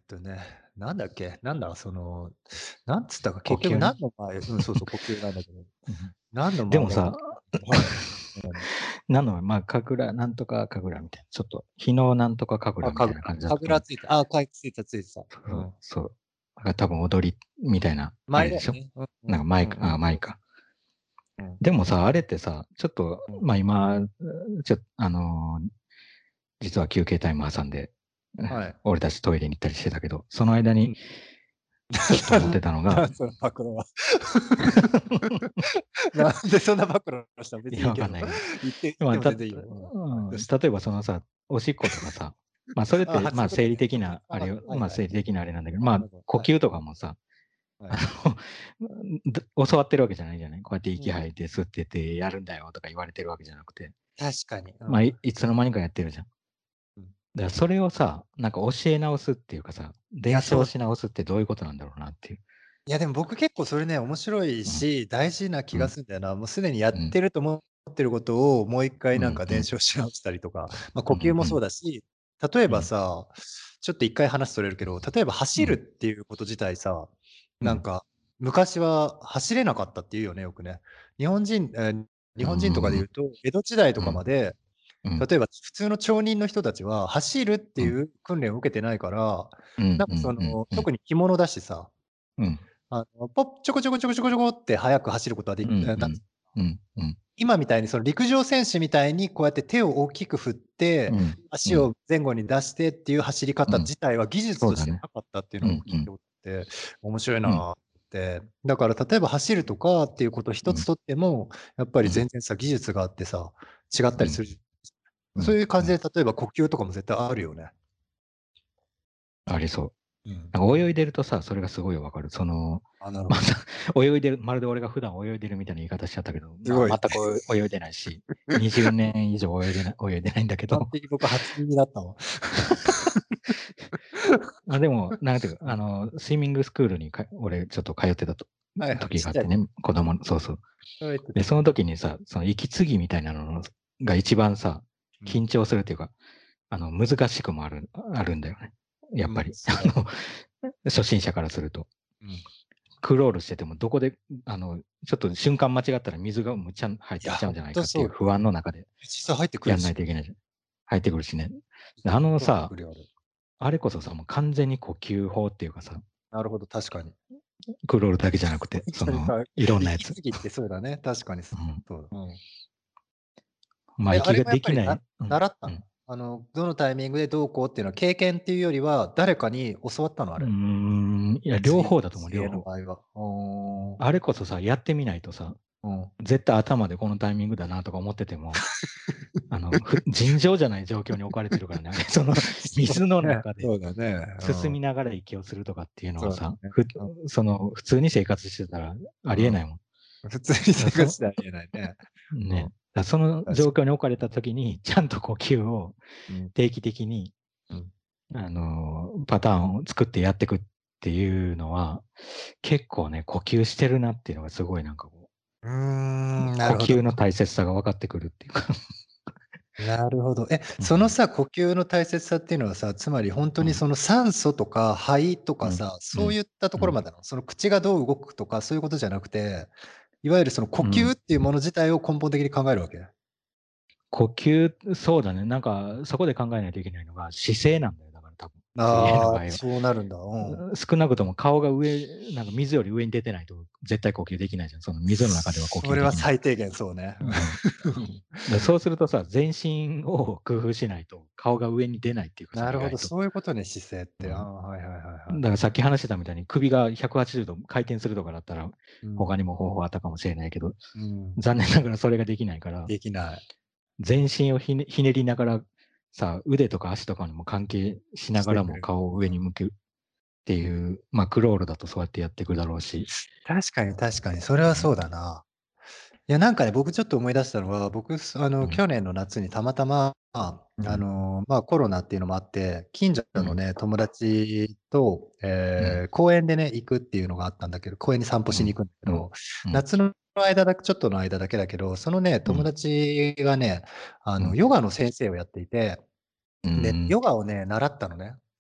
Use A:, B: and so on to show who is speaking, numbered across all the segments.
A: ね、なんだっけ、なんだ、なんつったか、結局
B: 呼吸ね。
A: 何の前そうそう、呼吸なんだけど、
B: うん。
A: 何の
B: でもさ、
A: 前だったっけはい。うん。
B: まあ、神楽、なんとか神楽みたいな、ちょっと、日のなんとか神
A: あ、
B: 楽みたいな感じだったと思う。
A: 神楽ついた。あ、ついたついてた。
B: そう、
A: うん。
B: そう。だから多分踊りみたいな、あれでしょ。
A: 前だよね。うんうん。
B: なんかマイク、
A: うんうん。
B: マイか。
A: うん。
B: でもさ、あれってさ、ちょっと、
A: うん。
B: まあ今、実は休憩タイム挟んで、
A: はい。
B: 俺たちトイレに行ったりしてたけど、その間に
A: うん。
B: ちょっと思ってたのが、
A: その暴露は。なんでそんな暴露したの？
B: いや、
A: 別にいいけど。
B: わかんないけど、
A: 言っても全然いいよ。はい、どうした？
B: 例えばそのさ、おしっことかさ、まあそれっ
A: あ、
B: て、まあ生理
A: そういうことね。
B: 的な、あれよ、
A: はいはい。
B: まあ生理的なあれなんだけど、
A: なる
B: まあ
A: ほど。はい。
B: 呼吸とかもさ、あ
A: はい。
B: 教わってるわけじゃないじゃない。こうやって
A: うん。
B: 息吐いて吸っててやるんだよとか言われてるわけじゃなくて、
A: 確かに。う
B: まあ
A: ん。
B: いつの間にかやってるじゃん。
A: うん。
B: だからそれをさ、なんか教え直すっていうかさ、
A: いや、
B: 伝承し直すってどういうことなんだろうなっていう。
A: いや、でも僕結構それね、面白い
B: うん、
A: し、大事な気が
B: うん、
A: するんだよな。もうすでにや
B: うん、
A: ってると思ってることをもう一回
B: うん、
A: なんか
B: うん、
A: 伝承し直したりとか、ま、
B: うん、
A: 呼吸もそう
B: うん、
A: だし、例え
B: うん、
A: ばさ、ちょっと一回話それるけど、例えば走るっ
B: うん、
A: ていうこと自体さ、
B: うん、
A: なんか昔は走れなかったって言うよね、よくね。日本人日
B: う
A: 本人とかで言
B: ん、
A: うと、江戸時代と
B: うん、
A: かまで、
B: うん、
A: 例えば普通の町人の人たちは走るって
B: うん、
A: いう訓練を受けてないから、
B: うん、
A: なんか
B: うん、うん、
A: 特に着物だしさ、
B: うん、
A: ちょこちょこちょこちょこちょこって速く走ることは
B: うん、
A: だ
B: うん、うん、うん、
A: 今みたいにその陸上選手みたいにこうやって手を大きく振って、
B: うん、う
A: 足
B: ん、
A: を前後に出してっていう走り方
B: うん、
A: 自体は技術として
B: そうだね。
A: なかったっていう
B: うん、
A: のを聞い
B: うん、
A: たことあって、面白い
B: うん、
A: なって。だから例えば走るとかっていうこと
B: うん、
A: 一つとっても、やっぱり
B: うん、
A: 全然さ、技術があってさ、違った
B: うん、
A: りする。
B: うん、
A: そういう感
B: うん、
A: じで例えば呼吸とかも絶対あるよね。
B: ありそう。
A: うん。
B: なんか泳いでるとさ、それがすごいわかる。
A: あ、なる
B: ま
A: ほど。
B: た、泳いでる、まるで俺が普段泳いでるみたいな言い方しちゃったけど、まあ、
A: すごい。
B: 全く泳いでないし、20年以上泳いでないんだけど、
A: 完璧僕初耳だったわ。
B: まあでも、なんていうか、
A: うん。
B: スイミングスクールに俺ちょっと通ってた
A: はいはい、ちっちゃい頃。
B: 時があってね、子供の、そうそう。
A: そう言って
B: で、
A: た。
B: その時にさ、その息継ぎみたいなのが一番さ、
A: うん。
B: 緊張するっていうか、難しくもあるんだよね。やっ
A: うん、
B: ぱり。
A: そう。
B: 初心者からすると。
A: うん。
B: クロールしてても、どこで、ちょっと瞬間間違ったら水がむっちゃ入っ
A: いや、
B: てきちゃうん
A: ほん
B: じゃないかっていう
A: とそう。
B: 不安の中で
A: 実際入ってく
B: や
A: るし。
B: んないといけないじゃん。入ってくるしね。で
A: ほんと入って
B: さ、
A: くるよ、あれ。
B: あれこそさ、もう完全に呼吸法っていうかさ、
A: なるほど、確かに。
B: クロールだけじゃなくて、
A: ほんとに
B: いろんなやつ。
A: 息継ぎってそうだね、確かに
B: うん。
A: そうだ。うん。
B: まあ、
A: あ
B: 息が
A: れもやっぱり、
B: できない。うん。
A: 習ったの？
B: うん。
A: どのタイミングでどうこうっていうのは経験っていうよりは、誰かに教わったの？あれ。
B: いや、両方だと思う、
A: 水泳の
B: 両方。
A: 場合は。お
B: あれこそさ、やってみないとさ、
A: うん。
B: 絶対頭でこのタイミングだなとか思ってても、尋常じゃない状況に置かれてるからね、あれ、水の
A: ね、
B: 中で
A: そうだね。うん。
B: 進みながら息をするとかっていうの
A: そうだ
B: はさ、
A: ね。うん。
B: 普通に生活してたらありえ
A: うん。
B: ないもん。
A: 普通に生
B: だその、
A: 活してありえないね。うん。
B: ね、その状
A: 確か
B: 況に置かれたときに、ちゃんと呼吸を
A: に。うん。
B: 定期的に、
A: うん。
B: パターンを作ってやっていくっていうのは、結構ね、呼吸してるなっていうのがすごいなんかこ
A: うーん、な
B: 呼
A: るほど。
B: 吸の大切さが分かってくるっていうか。
A: なるほど。
B: うん、
A: 呼吸の大切さっていうのはさ、つまりほんと
B: うん、
A: にその酸素とか肺と
B: うん、
A: かさ、そう
B: うん、
A: いったと
B: うん。
A: ころまでなの？その口がどう動くとか、そういうことじゃなくて、いわゆるその呼
B: うん。
A: 吸っていうもの自体を根本的に考えるわけ？
B: 呼吸、そうだね。なんか、そこで考えないといけないのが姿勢なんだよ。だから多分、水泳の
A: ああ、やっぱ
B: 場合は。
A: そうなるんだ。うん。
B: 少なくとも顔がなんか水より上に出てないと絶対呼吸できないじゃん。その水の中では呼
A: それは
B: 吸できない。
A: 最低限そうね。
B: うん。そうするとさ、全身を工夫しないと、顔が上に出ないっていうかさ、
A: なるほど、
B: 意外と。
A: そういうことね、姿勢って。ああ、
B: うん。
A: はいはいはいはい。
B: だからさっき話してたみたいに首が180度回転するとかだったら、
A: うん。
B: 他にも方法あったかもしれないけど、
A: うん。
B: 残念ながらそれができないから、
A: できない。
B: 全身をひねりながら、さ、腕とか足とかにも関係しながらも
A: してくる。
B: 顔を上に向けるって
A: うん。
B: いう、まあ、クロールだとそうやってやっていくだろうし。
A: 確かに確かに、それは
B: うん、
A: そうだな。いや、なんかね、僕ちょっと思い出したのは、僕、
B: うん、
A: 去年の夏にたまたま、
B: うん、
A: コロナっていうのもあって、近所
B: うん、
A: のね、友達と、
B: うん、
A: 公園でね、行くっていうのがあったんだけど、公園に散歩
B: うん、
A: しに行くんだけ
B: うん、
A: ど、
B: うん、
A: 夏のちょっとの間だけだけど、そのね、友
B: うん、
A: 達がね、
B: うん、
A: ヨガの先生をやっていて、で、
B: うん、
A: ヨガをね、習ったのね。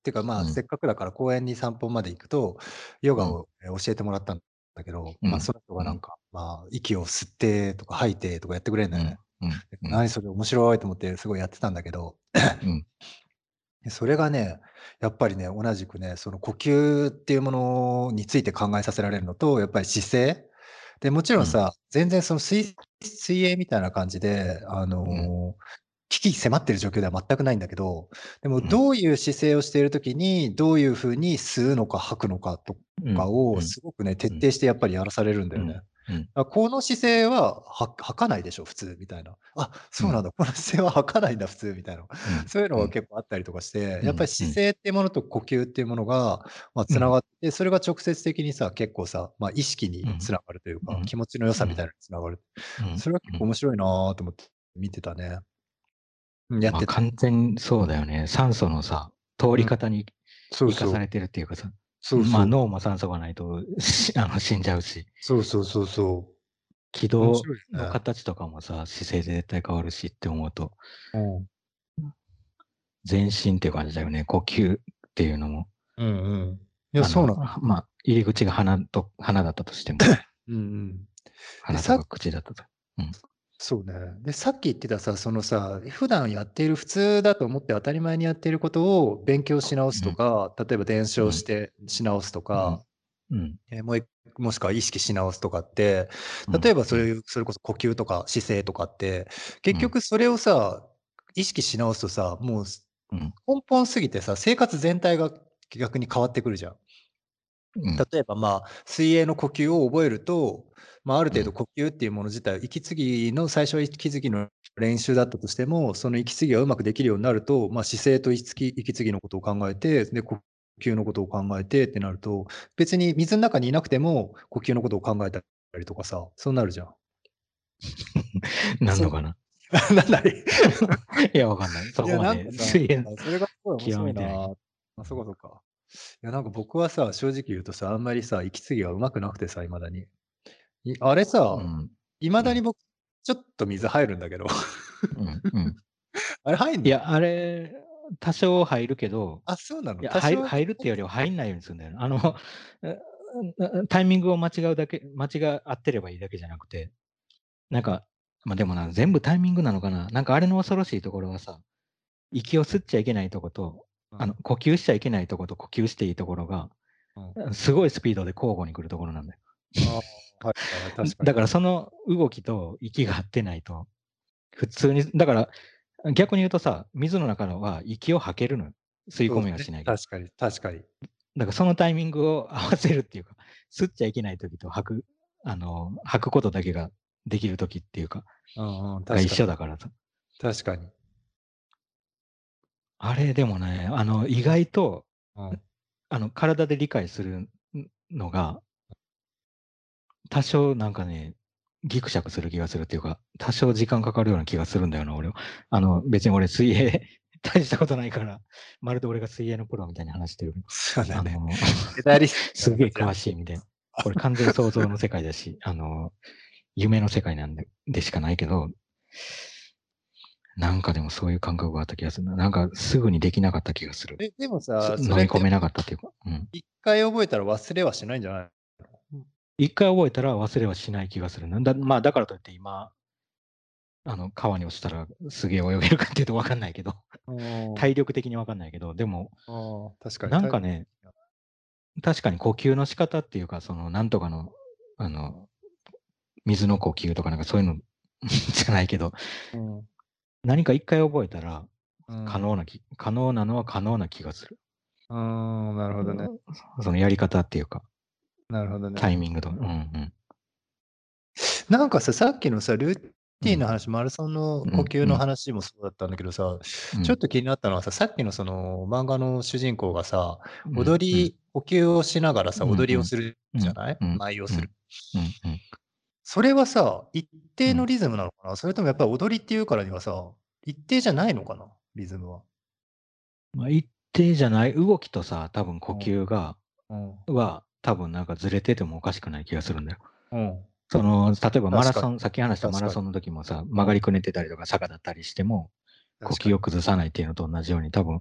A: てか、まあ、せ
B: うん、
A: っかくだから公園に散歩まで行くと、ヨ
B: うん、
A: ガを、教えてもらったんだけど、まあ、
B: うん、
A: その人が
B: うん、
A: なんか、まあ、息を吸ってとか吐いてとかやってくれるんだよね。
B: うん、うん、うん、
A: 何それ面白いと思ってすごいやってたんだけど、
B: うん、
A: で、それがね、やっぱりね、同じくね、その呼吸っていうものについて考えさせられるのと、やっぱり姿勢。で、もちろ
B: うん、
A: んさ、全然その水泳みたいな感じで、危機迫ってる状況では全くないんだけど、でも
B: うん、
A: どういう姿勢をしている時に、どういう風に吸うのか吐くのかと
B: うん、
A: かを、
B: うん、
A: すごくね、徹
B: うん、
A: 底してやっぱりやらされるんだよね。
B: うん、うん、
A: この姿勢は、吐かないでしょ、普通みたいな。あ、
B: うん、
A: そうなんだ、この姿勢は吐かないんだ、普通みたいな。
B: うん、
A: そういうのが
B: うん、
A: 結構あったりとかして、やっぱり
B: うん、うん、
A: 姿勢っていうものと呼吸っていうものが、まあ、
B: うん、
A: 繋がって、それが直接的にさ、結構さ、まあ、意識に
B: うん、
A: 繋がるというか、
B: うん、
A: 気持ちの良
B: うん、
A: さみたいなのに繋がる。
B: うん、
A: それは結
B: うん。
A: 構面白いなと思って見てたね。うん、やっ
B: まあ、
A: てた。
B: 完全にそうだよね。酸素のさ、通
A: うん、
B: り方に
A: そうそう。
B: 生かされてるっていうかさ、まあ、
A: そうそう。
B: 脳も酸素がないと、死んじゃうし、
A: そうそうそうそう。面
B: 軌道
A: 白い
B: の
A: よね。
B: 形とかもさ、姿勢で絶対変わるしって思うと、
A: うん。
B: 全身っていう感じだよね。呼吸っていうのも。
A: うんうん。いや、そうなん
B: まあ、入り口が鼻だったとしても、
A: うんうん。で、
B: 鼻とか口だったと。うん。
A: そうね。で、さっき言ってたさ、そのさ、普段やっている普通だと思って当たり前にやっていることを勉強し直す
B: うん。
A: とか、例えば伝承し
B: うん。
A: てし直すと
B: うん。
A: か、
B: うん。
A: もしくは意識し直すとかって、
B: うん。
A: 例えば
B: うん。
A: それこそ呼吸とか姿勢とかって、結
B: うん。
A: 局それをさ、意識し直すとさ、もう
B: うん。
A: 根本すぎてさ、生活全体が逆に変わってくるじゃん。
B: うん。
A: 例えば、まあ、水泳の呼吸を覚えると、まあ、ある
B: うん。
A: 程度呼吸っていうもの自体、息継ぎの最初は息継ぎの練習だったとしても、その息継ぎがうまくできるようになると、まあ、姿勢と息継ぎのことを考えて、で、呼吸のことを考えてってなると、別に水の中にいなくても呼吸のことを考えたりとかさ、そうなるじゃん。そう、
B: なんのかな。
A: なんだい
B: いや、わかんない。そ
A: いや、
B: こまで
A: なんかさ、
B: 水泳
A: それがすごい面
B: 極
A: 白いな。
B: めてないけど。
A: あ、そうかそうか。いや、なんか僕はさ、正直言うとさ、あんまりさ、息継ぎが上手くなくてさ、未だに。あれさ、
B: うん。うん。
A: 未だに僕、ちょっと水入るんだけど、
B: うん。うん。
A: あれ入んの？
B: いや、あれ、多少入るけど、
A: あ、そうなの？
B: いや、
A: 多少で
B: 入るっていうよりは入んないようにするんだよな。えタイミングを間違ってればいいだけじゃなくて、なんか、ま、でもな、全部タイミングなのかな。なんかあれの恐ろしいところはさ、息を吸っちゃいけないとこと、
A: うん、
B: 呼吸しちゃいけないとこと呼吸していいところが、
A: うん。
B: すごいスピードで交互に来るところなんだよ。
A: ああ、はいはいはい、確かに。
B: だからその動きと息が合ってないと、普通にだから、逆に言うとさ、水の中のは息を吐けるのよ。吸い込
A: そうだね、
B: めはしないけど。
A: 確かに確かに。
B: だからそのタイミングを合わせるっていうか、吸っちゃいけない時と吐くことだけができる時っていうか、
A: うんうん、
B: が一
A: 確かに
B: 緒だからさ。
A: 確かに。
B: あれでもね、意外と、
A: うん。
B: 体で理解するのが、多少なんかね、ギクシャクする気がするっていうか、多少時間かかるような気がするんだよな、俺は。別に俺水泳大したことないから、まるで俺が水泳のプロみたいに話してるけど、
A: そうだね。
B: あの、
A: メダリストみたい
B: すげえ
A: な感じだね。
B: 詳しいみたいな。これ完全想像の世界だし、夢の世界でしかないけど、なんかでもそういう感覚があった気がするな。なんかすぐにできなかった気がする。
A: でもさ、それって
B: 飲み込めなかったっていうか、うん。
A: 一回覚えたら忘れはしないんじゃないの？
B: 一回覚えたら忘れはしない気がするな。まあ、だからといって今、川に落ちたらすげえ泳げるかっていうと分かんないけど、
A: うん。あ
B: 体力的に分かんないけど、でも、
A: あ、確かに、
B: なんかね、確かに呼吸の仕方っていうか、そのなんとかの、あの、水の呼吸とかなんかそういうのじゃないけど、
A: うん、
B: 何か一回覚えたら、
A: うん。
B: 可能なのは可能な気がする。
A: うーん、なるほどね。
B: そのやり方っていうか、
A: なるほどね。
B: タイミングと、うんうん。
A: なんかさ、さっきのさ、ルー
B: うん。
A: ティンの話、マラソンの呼
B: うんうん。
A: 吸の話もそうだったんだけどさ、
B: うん。
A: ちょっと気になったのはさ、さっきのその漫画の主人公がさ、
B: うんうん。
A: 呼吸をしながらさ、踊りを
B: うんうん。
A: する
B: うん。
A: じゃない？
B: うん。
A: 舞をする。
B: うん。うんうん。
A: それはさ、一
B: うん。
A: 定のリズムなのかな？それともやっぱり踊りっていうからにはさ、一定じゃないのかな？リズムは。
B: まあ、一定じゃない、動きとさ、多分呼
A: うん、
B: 吸
A: うん、
B: 多分なんかずれててもおかしくない気がするんだよ。
A: うん。
B: 例えばマ
A: 確かに、
B: ラソン、さっき話したマ
A: 確かに。
B: ラソンの時もさ、
A: うん、
B: 曲がりくねってたりとか坂だったりしても、呼
A: 確かに。
B: 吸を崩さないっていうのと同じように、多分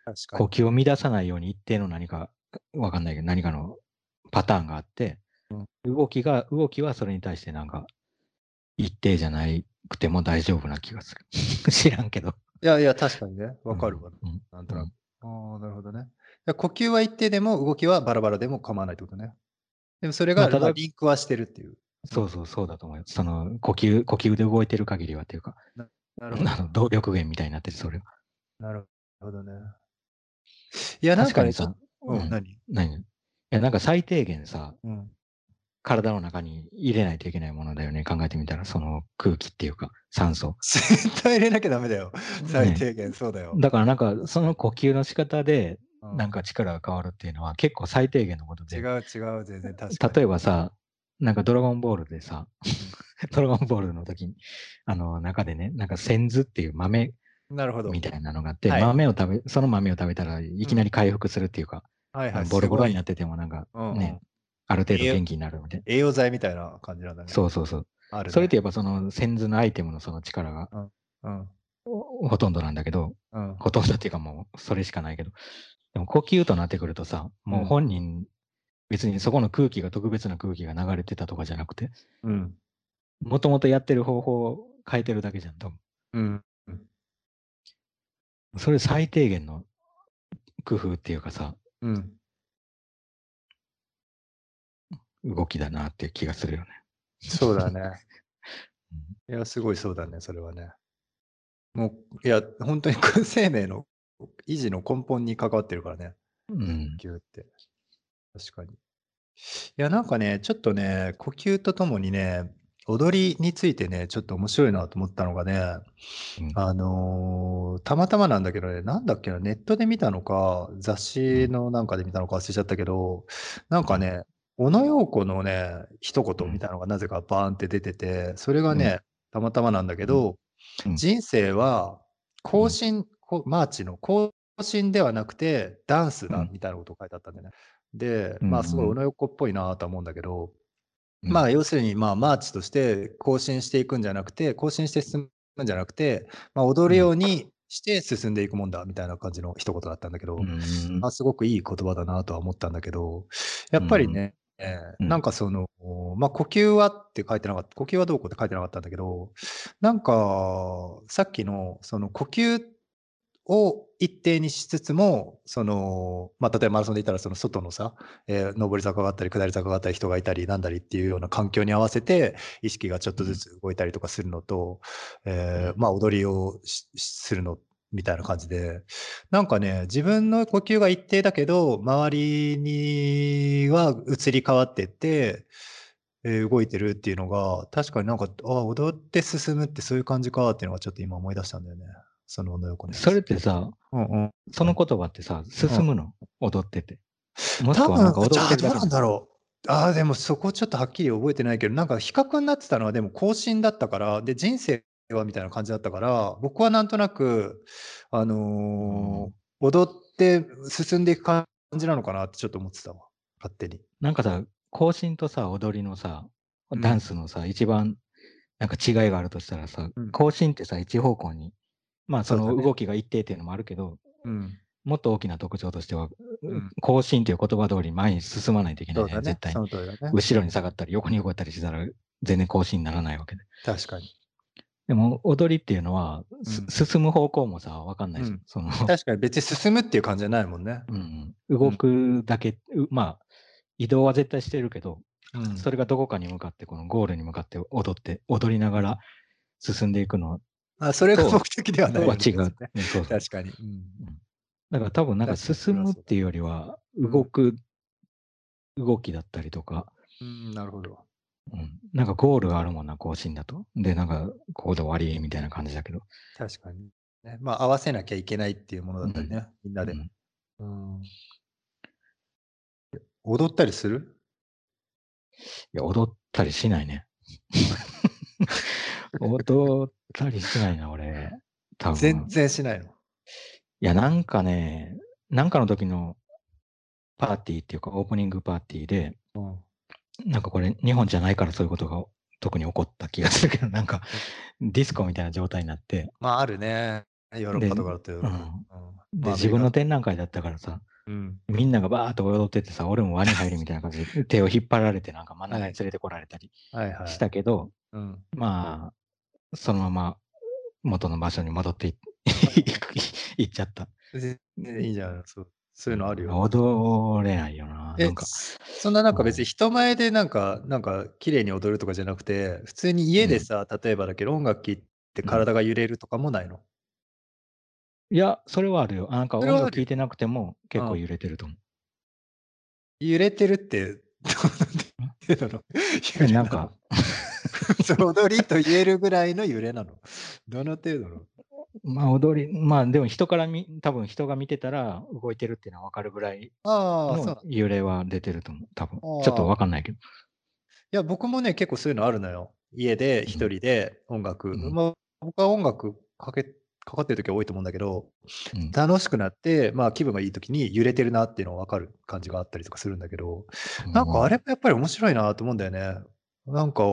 B: 呼
A: 確かに。
B: 吸を乱さないように一定の何か、わかんないけど、何かのパターンがあって、
A: うん。
B: 動きはそれに対してなんか、一定じゃなくても大丈夫な気がする。知らんけど。
A: いやいや、確かにね、
B: うん、
A: わかるわ。
B: うん、
A: なんとなく。
B: うん。
A: ああ、なるほどね。呼吸は一定でも、動きはバラバラでも構わないってことね。でもそれ
B: まあ、
A: が、
B: ただ、
A: リンクはしてるっていう。うん。
B: そうだと思うよ。その、呼吸で動いてる限りはっていうか、
A: ななるほど。
B: 動力源みたいになってて、それは。
A: なるほどね。いや、なんかね、
B: 確かにさ、
A: うん、何？
B: いや、なんか最低限さ、
A: うん。
B: 体の中に入れないといけないものだよね。考えてみたら、その空気っていうか、酸素。
A: 絶対入れなきゃダメだよ。最
B: ね。
A: 低限、そうだよ。
B: だからなんか、そ
A: 確かに。
B: の呼吸の仕方で、
A: うん。
B: なんか力が変わるっていうのは結構最低限のことで、
A: 違う違う、全然確かに。
B: 例えばさ、なんかドラゴンボールでさ、
A: うん。
B: ドラゴンボールの時に、中でね、なんか仙豆っていう豆
A: なるほど。
B: みたいなのがあって、
A: はい。
B: その豆を食べたらい
A: うん。
B: きなり回復するっていうか、
A: はいはい、
B: ボロボロに
A: すごい。
B: なっててもなんかね、
A: うんうん。
B: ある程度
A: 栄養
B: 元気になるみたいな。
A: 栄養剤みたいな感じなんだね。
B: そうそうそう。
A: あるね。
B: それってやっぱその先頭のアイテムのその力が
A: うん。うん。
B: ほとんどなんだけど、
A: うん。
B: ほとんどっていうかもうそれしかないけど、でも呼吸となってくるとさ、もう
A: うん。
B: 本人、別にそこの空気が特別な空気が流れてたとかじゃなくて、
A: うん。
B: もともとやってる方法を変えてるだけじゃん、多分。
A: うん。うん。
B: それ最低限の工夫っていうかさ、
A: うん。
B: 動きだなっていう気がするよね。
A: そうだね。
B: うん
A: いや、すごいそうだね、それはね。もう、いや、ほんとに生命の維持の根本に関わってるからね、呼
B: うん。
A: 吸って。確かに。いや、なんかね、ちょっとね、呼吸とともにね、踊りについてね、ちょっと面白いなと思ったのがね、
B: うん。
A: たまたまなんだけどね、なんだっけな、ネットで見たのか、雑
B: うん。
A: 誌のなんかで見たのか忘れちゃったけど、なん
B: うん。
A: かね、オノ・ヨーコのね、一言み
B: うん。
A: たいなのがなぜかバーンって出てて、それが
B: うん。
A: ね、たまたまなんだけ
B: うん。
A: ど、
B: うん。
A: 人生は
B: うん。
A: マーチの行進ではなくて、ダンス
B: うん。
A: だみたいなことを書いてあったんだよね。で、
B: う
A: まあ、すごいオ
B: ん。
A: ノ・ヨーコっぽいなとは思うんだけど、
B: うん。
A: まあ、要するに、まあ、マーチとして行進していくんじゃなくて行進して進むんじゃなくて、まあ、踊
B: うん。
A: るようにして進んでいくもんだみたいな感じの一言だったんだけ
B: う
A: ど、
B: ん。
A: あ、すごくいい言葉だなとは思ったんだけど、やっぱり
B: うん。
A: ね、
B: うん。
A: なんかま、呼吸はって書いてなかった呼吸はどうこうって書いてなかったんだけど、なんか、さっきのその呼吸を一定にしつつも、まあ、例えばマラソンで言ったらその外のさ、上り坂があったり下り坂があったり、人がいたりなんだりっていうような環境に合わせて、意識がちょっとず
B: うん。
A: つ動いたりとかするのと、
B: うん。
A: まあ、踊りをするのみたいな感じで、なんかね、自分の呼吸が一定だけど、周りには移り変わってって、動いてるっていうのが、確かになんか、ああ、踊って進むってそういう感じかっていうのがちょっと今思い出したんだよね。その小野横のや
B: それ
A: つ。
B: ってさ、
A: うんうん。
B: その言葉ってさ、
A: うん。
B: 進むの？踊ってて。もしくはなん
A: 多分、
B: か踊ってる
A: どう
B: だけなの？
A: なんだろう。ああ、でもそこちょっとはっきり覚えてないけど、なんか比較になってたのはでも更新だったから、で、人生はみたいな感じだったから、僕はなんとなく、あ
B: うん。
A: 踊って進んでいく感じなのかなってちょっと思ってたわ、勝手に。
B: なんかさ、行進とさ、踊りのさ、ダン
A: うん。
B: スのさ、一番なんか違いがあるとしたらさ、
A: うん。
B: 行進ってさ、一方向に、まあそ
A: そうだね。
B: の動きが一定っていうのもあるけど、
A: うん。
B: もっと大きな特徴としては、
A: うん。
B: 行進っていう言葉通り前に進まないといけないじゃん、
A: そうだね。
B: 絶対に。
A: その通りだね。
B: 後ろに下がったり、横に動いたりしたら、全然行進にならないわけで。
A: 確かに。
B: でも、踊りっていうのは、
A: うん。
B: 進む方向もさ、わかんないじゃん。
A: うん。確かに別に進むっていう感じじゃないもんね。
B: 動
A: うん。
B: くだけ、まあ、移動は絶対してるけど、
A: うん。
B: それがどこかに向かって、このゴールに向かって踊りながら進んでいくの
A: あ、それが目
B: と
A: 的ではないよね、
B: は違う。
A: 別にね。
B: そうそう。
A: 確かに。うん。
B: だから多分なんか
A: 確かにそれ
B: 進むっ
A: はそうだ。
B: ていうよりは、
A: うん。
B: 動きだったりとか、
A: うん、なるほど。
B: なんかゴールがあるもんな、更新だと。で、なんか、ここで終わりみたいな感じだけど。
A: 確かに。ね、まあ、合わせなきゃいけないっていうものだ
B: うん。
A: ったりね、みんなで。
B: うん。
A: うん。踊ったりする？
B: いや、踊ったりしないね。踊ったりしないな、俺。多
A: 全
B: 分。
A: 然しないの？
B: いや、なんかね、なんかの時のパーティーっていうか、オープニングパーティーで、
A: うん。
B: なんかこれ、日本じゃないからそういうことが特に起こった気がするけど、なんか、
A: うん。
B: ディスコみたいな状態になって、
A: まあ、あるね。 ヨーロッ
B: で、
A: パとかだと。
B: で、
A: まあ、アメ
B: 自分の
A: リカ。
B: 展覧会だったからさ、
A: うん。
B: みんながバーっと踊っててさ、俺も輪に入るみたいな感じで手を引っ張られてなんか真ん
A: はい。
B: 中に連れてこられたりし
A: はいはい。
B: たけど、
A: うん。
B: まあ、そのまま元の場所に戻って行っちゃった。
A: 全然いいじゃん。そういうのあるよ。
B: 踊れないよな。なんか、
A: そんななんか別に人前でなんか綺麗に踊るとかじゃなくて、普通に家でさ、例えばだけど音楽聴いて
B: うん。
A: 体が揺れるとかもないの？
B: いや、それはあるよ。なんか音
A: それはあるよ。
B: 楽聴いてなくても結構
A: うん。
B: 揺れてると思
A: 揺れてるって、どうな程度の揺
B: う。
A: れなの？
B: なんか、
A: そう、踊りと言えるぐらいの揺れなの？どの程度の？
B: まあ踊り、まあでも多分人が見てたら動いてるっていうのは分かるぐらい
A: ああ、そうなん
B: の揺れは出てると思う。多分。ちょっと
A: ああ。
B: 分かんないけど。
A: いや、僕もね、結構そういうのあるのよ。家で
B: うん。
A: 一人で音楽、
B: うん。
A: まあ、僕は音楽かかってる時は多いと思うんだけど、
B: うん。
A: 楽しくなって、まあ、気分がいい時に揺れてるなっていうのが分かる感じがあったりとかするんだけど、なんかあれもやっぱり面白いなと思うんだよね。なんか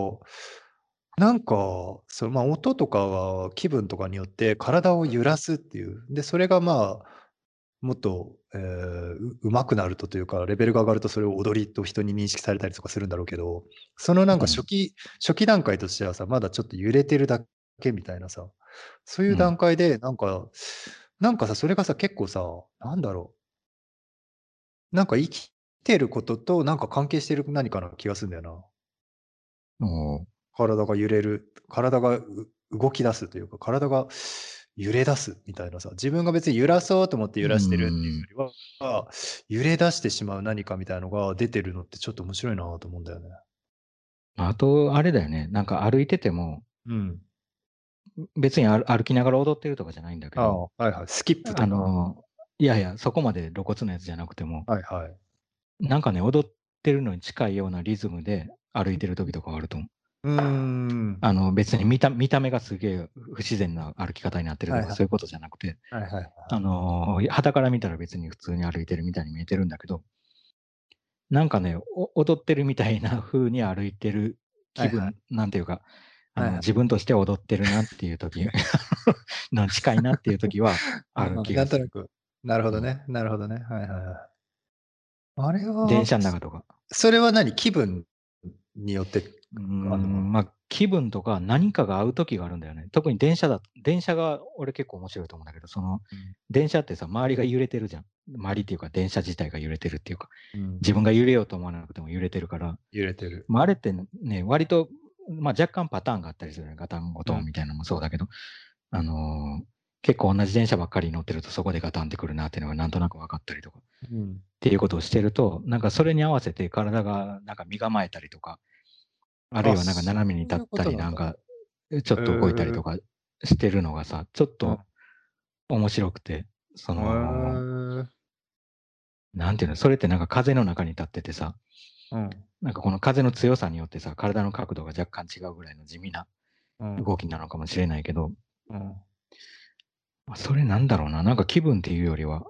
A: まあ、音とかは気分とかによって体を揺らすっていう。で、それがまあ、もっと、上手くなるというか、レベルが上がるとそれを踊りと人に認識されたりとかするんだろうけど、そのなんか
B: うん。
A: 初期段階としてはさ、まだちょっと揺れてるだけみたいなさ、そういう
B: うん。
A: 段階でなんかさ、それがさ、結構さ、なんだろなんか生きてることとなんか関係してる何かな気がするんだよな。
B: おー
A: 体が揺れる、体が動き出すというか、体が揺れ出すみたいなさ、自分が別に揺らそうと思って
B: う
A: 揺らしてるっていう
B: ん。
A: よりは、揺れ出してしまう何かみたいのが出てるのってちょっと面白いなと思うんだよね。
B: あと、あれだよね。なんか歩いてても、
A: うん。
B: 別に歩きながら踊ってるとかじゃないんだけ
A: ああ、
B: ど、
A: はいはい。スキップと
B: あ
A: か。
B: の、いやいや、そこまで露骨なやつじゃなくても、
A: はいはい。
B: なんかね、踊ってるのに近いようなリズムで歩いてる時とかあると思う。
A: うーん。
B: 別に見た目がすげえ不自然な歩き方になってるとか、
A: はいはい。
B: そういうことじゃなくて、
A: はいはいはい。
B: 傍から見たら別に普通に歩いてるみたいに見えてるんだけど、なんかね、踊ってるみたいな風に歩いてる
A: はいはい。
B: 気分、なんていうか、
A: はいはい。
B: 自分として踊ってるなっていう時近いなっていう時はある
A: ああ、
B: 気がする。
A: なんとなく。なるほ
B: うん。
A: どね。なるほどね。はいはいはい。あれは、
B: 電車の中とか。
A: それは何？気分によってあんのかな？
B: まあ、気分とか何かが合う時があるんだよね。特に電車が俺結構面白いと思うんだけど、
A: うん。
B: 電車ってさ、周りが揺れてるじゃん。周りっていうか、電車自体が揺れてるっていうか、
A: うん。
B: 自分が揺れようと思わなくても揺れてるから、
A: 揺れてる。
B: まあ、あれってね、割と、まあ、若干パターンがあったりするね。ガタンゴ
A: うん。
B: トンみたいなのもそうだけど、あのー結構同じ電車ばっかり乗ってるとそこでガタンってくるなっていうのがなんとなく分かったりとかっ
A: うん。
B: ていうことをしてると、なんかそれに合わせて体がなんか身構えたりとか、あるい
A: あ、
B: はなんか
A: そ
B: 斜めに立
A: ういう
B: ったり、
A: ことなんだ。
B: なんかちょっと動いたりとかしてるのがさ、ちょっ
A: うん。
B: と面白くて、
A: へえ。
B: なんていうの、それってなんか風の中に立っててさ、
A: うん。
B: なんかこの風の強さによってさ、体の角度が若干違うぐらいの地味な
A: うん。
B: 動きなのかもしれないけど、
A: うん。
B: それなんだろうな、なんか気分っていうよりは、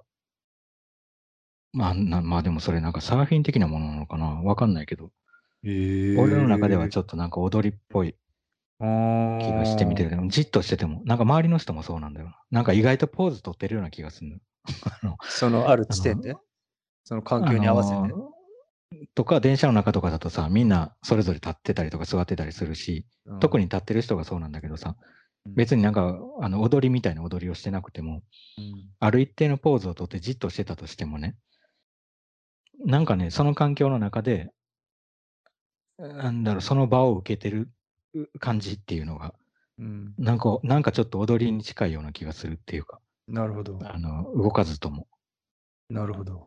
B: まあでもそれなんかサーフィン的なものなのかな、わかんないけど、俺の中では
A: へえ。
B: ちょっとなんか踊りっぽい
A: あ
B: 気がしてみて
A: あ。
B: るけど、じっとしてても、なんか周りの人もそうなんだよな。なんか意外とポーズ取ってるような気がするの。あの、
A: そのある
B: あの、
A: 地点で？その環
B: あ
A: 境に合わせて？
B: のとか、電車の中とかだとさ、みんなそれぞれ立ってたりとか座ってたりするし、
A: うん。
B: 特に立ってる人がそうなんだけどさ、
A: うん。
B: 別になんか、踊りみたいな踊りをしてなくても、
A: うん。
B: ある一定のポーズをとってじっとしてたとしてもね、なんかね、その環境の中で、なんだろう、その場を受けてる感じっていうのが、
A: うん。
B: なんかちょっと踊りに近いような気がするっていうか、
A: なるほど。
B: 動かずとも。
A: なるほど。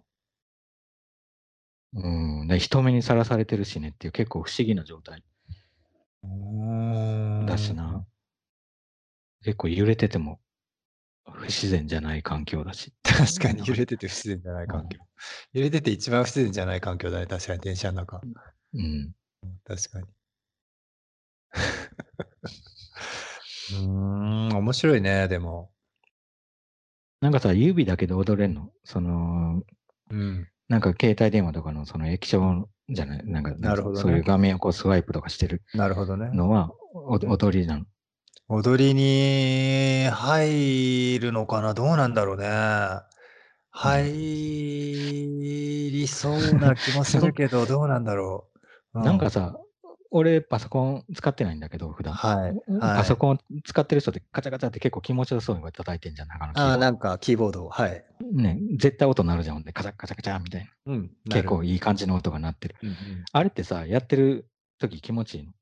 B: 人目にさらされてるしねっていう結構不思議な状態
A: うーん。
B: だしな。結構揺れてても不自然じゃない環境だしっていう
A: 確かに
B: のが、
A: 揺れてて不自然じゃない環境。
B: うん。
A: 揺れてて一番不自然じゃない環境だね、確かに電車の中。
B: うん。
A: 確かに。面白いね、でも。
B: なんかさ、指だけで踊れんの
A: うん。
B: なんか携帯電話とかのその液晶じゃない、なんか、なんつうの、
A: なるほどね。
B: そういう画面をこうスワイプとかしてる
A: なるほどね。
B: のは踊りなの。
A: 踊りに入るのかな、どうなんだろうね。
B: うん。
A: 入りそうな気もするけど、どうなんだろう。うん。
B: なんかさ、俺パソコン使ってないんだけど、普段。
A: はい、はい。
B: パソコン使ってる人ってカチャカチャって結構気持ちよさそうに叩いてんじゃん、中のキー
A: ああ、
B: ボード。
A: なんかキーボード、はい。
B: ね、絶対音鳴るじゃん。で、カチャカチャカチャみたいな。
A: うん、なる。
B: 結構いい感じの音が鳴ってる。
A: うんうん。
B: あれってさ、やってる時気持ちいいの？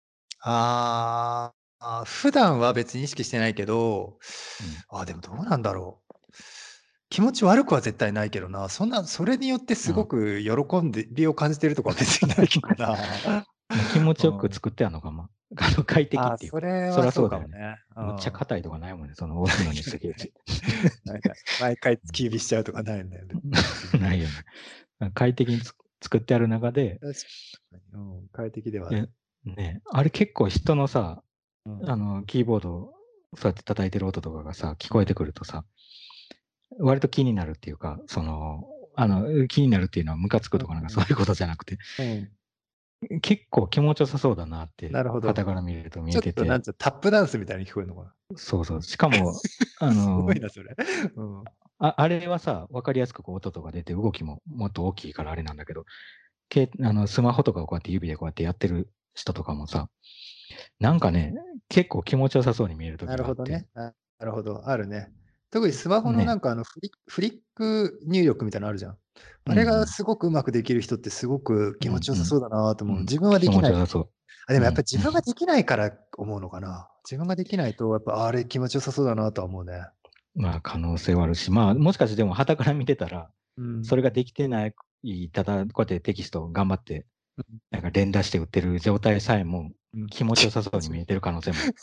A: 普段は別に意識してないけど、
B: うん。
A: でもどうなんだろう。気持ち悪くは絶対ないけどな。それによってすご
B: あ
A: く喜んで美を感じてるとかは別にないけどな。
B: まあ、気持ちよく
A: うん。
B: 作ってあるのか、まあ、快適っていう
A: そ
B: か。そ
A: れはそう
B: りゃそうだよね。
A: かもね。う
B: むっちゃ
A: ん。
B: 硬いとかないもんね、その押すのにすげえ。
A: なんか、毎回突
B: うん。
A: き指しちゃうとかないんだよね、別に。
B: ないよね。快適に作ってある中で、
A: 確かに、うん、快適ではあ
B: え、
A: る。
B: ね、あれ結構人のさ、
A: うん。
B: キーボード、そうやって叩いてる音とかがさ、聞こえて
A: うん。
B: くるとさ、割と気になるっていうか、気になるっていうのはムカつくとかなんか
A: うんうん。
B: そういうことじゃなくて、
A: うん。
B: 結構気持ちよさそうだなって、
A: なるほど。
B: 傍から見ると見
A: ちょ
B: えてて、
A: っとなんつう、タップダンスみたいに聞こえるのかな。
B: そうそう。しかも、あ
A: すごい
B: の、
A: な、それ。うん。
B: あれはさ、わかりやすくこう音とか出て動きももっと大きいからあれなんだけど、スマホとかをこうやって指でこうやってやってる人とかもさ、なんかね、結構気持ちよさそうに見える
A: な
B: 時があって、
A: るほどね。なるほど、あるね。特にスマホのな
B: ね。
A: んかフリック入力みたいなのあるじゃん。あれが
B: うんうん。
A: すごくうまくできる人ってすごく気持ちよさそうだなと思う。
B: うん。
A: 自分はで
B: 気持ち
A: きない。
B: よさそう。
A: でもやっぱ
B: うん。
A: り自分ができないから思うのかな。自分ができないと、やっぱあれ気持ちよさそうだなとは思うね。
B: まあ、可能性はあるし、まあ、もしかしてでも、傍から見てたら、
A: うん。
B: それができてない、ただ、こうやってテキストを頑張って、
A: うん。
B: なんか連打して打ってる状態さえも
A: うん。
B: 気持ちよさそうに見えてる可能性もある。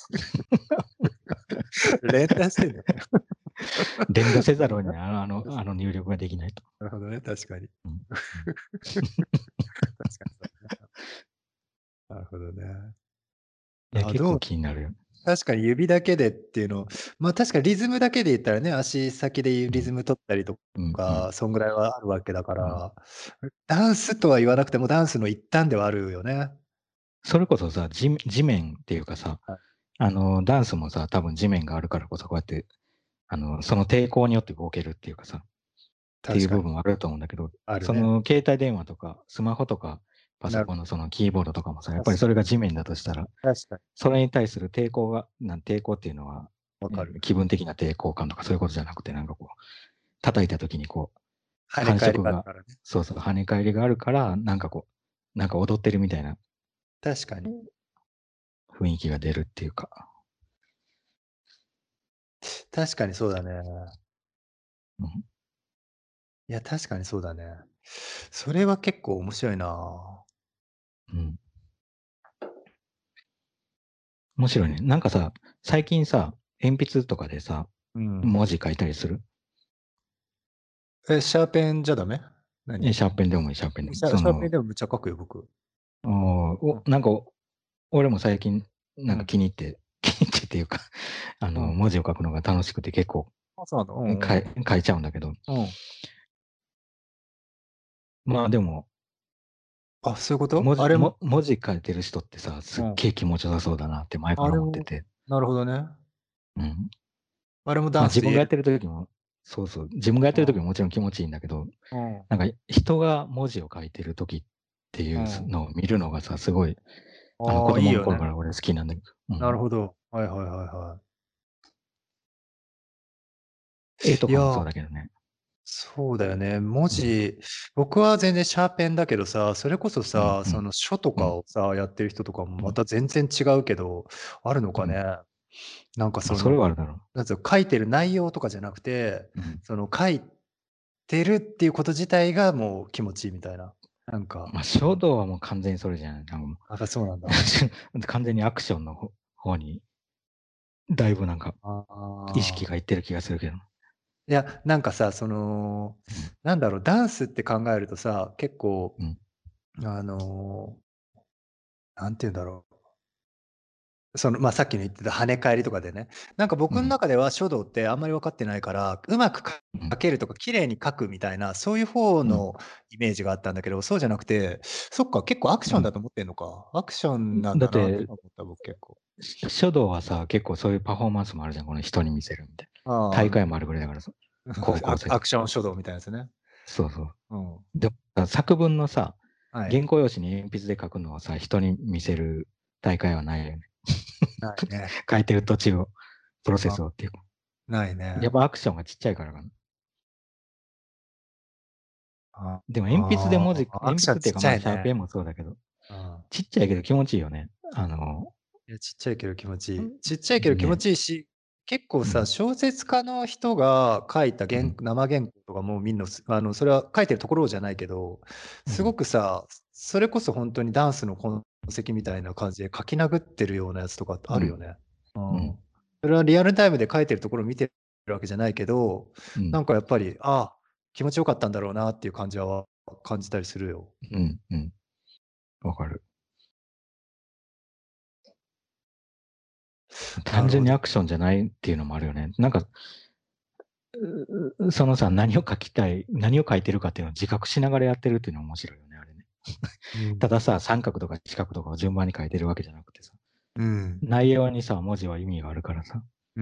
A: 連打してんだよ。
B: 連打せざるを得ない、
A: なるほどね。
B: あの入力ができないと。
A: なるほどね、確かに。
B: うん。うん。
A: 確かにそうだね。なるほどね。
B: いや、結構
A: どう
B: 気になるよ。
A: 確かに指だけでっていうの、確かにリズムだけで言ったらね、足先で
B: うん。
A: リズム取ったりと
B: うんうん。
A: か、そんぐらいはあるわけだか
B: うん。
A: ら、ダンスとは言わなくても、ダンスの一端ではあるよね。
B: それこそさ、地面っていうかさ、
A: はい。
B: ダンスもさ、多分地面があるからこそ、こうやって、その抵抗によって動けるっていうかさ、っていう
A: 確かに。
B: 部分はあると思うんだけど、
A: あるね。
B: その携帯電話とか、スマホとか、パソ
A: なる
B: コンのそのキーボードとかもさ、やっぱり
A: 確かに。
B: それが地面だとしたら、
A: 確かに。
B: それに対する抵抗っていうのは、
A: わかる。
B: 気分的な抵抗感とかそういうことじゃなくて、なんかこう、叩いた時にこう、
A: 跳ね返り
B: 感触が、
A: があるからね。
B: そうそう、跳ね返りがあるから、なんかこう、なんか踊ってるみたいな
A: 確かに。
B: 雰囲気が出るっていうか。
A: 確かにそうだね。
B: うん。
A: いや、確かにそうだね。それは結構面白いな。
B: うん。面白いね。なんかさ、最近さ、鉛筆とかでさ、
A: うん。
B: 文字書いたりする？
A: シャーペンじゃダメ？何？
B: シャーペンでもいい、シャーペンでも。
A: シャーペンでもむっちゃ書くよ、僕。うん。
B: なんか、俺も最近、なんか
A: うん。
B: 気に入って、気に入ってっていうか、
A: うん。
B: 文字を書くのが楽しくて結構
A: そうなんだ。うんうん。
B: 書いちゃうんだけど、
A: うん。
B: まあでも、
A: そういうこと？あれも
B: 文字書いてる人ってさ、すっ
A: うん。
B: げえ気持ちよさそうだなって前から
A: あれも
B: 思ってて、
A: なるほどね。
B: うん。
A: あれもダ
B: まあ
A: ンスで言える。
B: そうそう、自分がやってる時
A: うん。
B: ももちろん気持ちいいんだけど、
A: うん。
B: なんか人が文字を書いてる時っていう
A: うん。
B: のを見るのがさ、すごい、子
A: いい
B: 供の
A: よね。
B: 頃から俺好きなんだけど、うん。
A: なるほど。はいはいはいはい。
B: 絵とかもそう
A: いや、
B: だけどね。
A: そうだよね。文
B: うん。
A: 字、僕は全然シャーペンだけどさ、それこそさ、
B: うんうん
A: その書とか
B: うん
A: をさ、やってる人とかも
B: うん
A: また全然違うけど、あるの
B: うん。
A: かね。なんか
B: まあ、それはあるだろ
A: なんつうの、書いてる内容とかじゃなくて、
B: う。うん。
A: その書いてるっていうこと自体がもう気持ちいいみたいな。なんか、
B: まあ、書道はもう完全にそれじゃない。なんかも
A: そうなんだ。
B: う完全にアクションの方に、だいぶなんか
A: あ
B: 意識
A: あ。
B: がいってる気がするけど。
A: いや、なんかさ、
B: うん。
A: なんだろう、ダンスって考えるとさ、結構、
B: うん。
A: あの、なんて言うんだろう。 まあ、さっきの言ってた跳ね返りとかでね。なんか僕の
B: うん。
A: 中では書道ってあんまり分かってないから、うまく
B: うん。
A: 書けるとか綺麗に書くみたいな、そういう方
B: うん。
A: のイメージがあったんだけど、そうじゃなくて、そっか、結構アクションだと思ってんのか。アクションなんだなって
B: だって、
A: 思った、僕結構。
B: 書道はさ、結構そういうパフォーマンスもあるじゃん、この人に見せるみたいな。
A: ああ、
B: 大会もあるぐらいだからさ、高校生とか。
A: アクション書道みたいなやつね。
B: そうそう。
A: うん。
B: でも、作文のさ、
A: はい。
B: 原稿用紙に鉛筆で書くのをさ、人に見せる大会はないよね。
A: ないね。
B: 書いてる途中を、プロセ
A: あ、
B: スをっていうか。
A: ないね。
B: やっぱアクションがちっちゃいからかな。
A: あ
B: でも
A: アクションちっ
B: 鉛筆っていうかまあシャー
A: ちゃいね。
B: ペンもそうだけど、
A: うん。
B: ちっちゃいけど気持ちいいよね。
A: いや、ちっちゃいけど気持ちいい。
B: うん
A: ちっちゃいけど気持
B: ね。
A: ちいいし、結構さ、
B: うん。
A: 小説家の人が書いた
B: うん。
A: 生原稿とかも見んのそれは書いてるところじゃないけど、すご
B: うん。
A: くさ、それこそ本当にダンスの痕跡みたいな感じで書き殴ってるようなやつとか
B: うん。
A: あるよね。うん。
B: うん。
A: それはリアルタイムで書いてるところを見てるわけじゃないけど、
B: うん。
A: なんかやっぱり、気持ちよかったんだろうなっていう感じは感じたりするよ。
B: うん。うん。わかる。単
A: なるほど。
B: 純にアクションじゃないっていうのもあるよね。なんか、そのさ、何を書きたい、何を書いてるかっていうのを自覚しながらやってるっていうのは面白いよね、あれね。
A: うん。
B: たださ、三角とか四角とかを順番に書いてるわけじゃなくてさ、
A: うん。
B: 内容にさ、文字は意味があるからさ、
A: うん。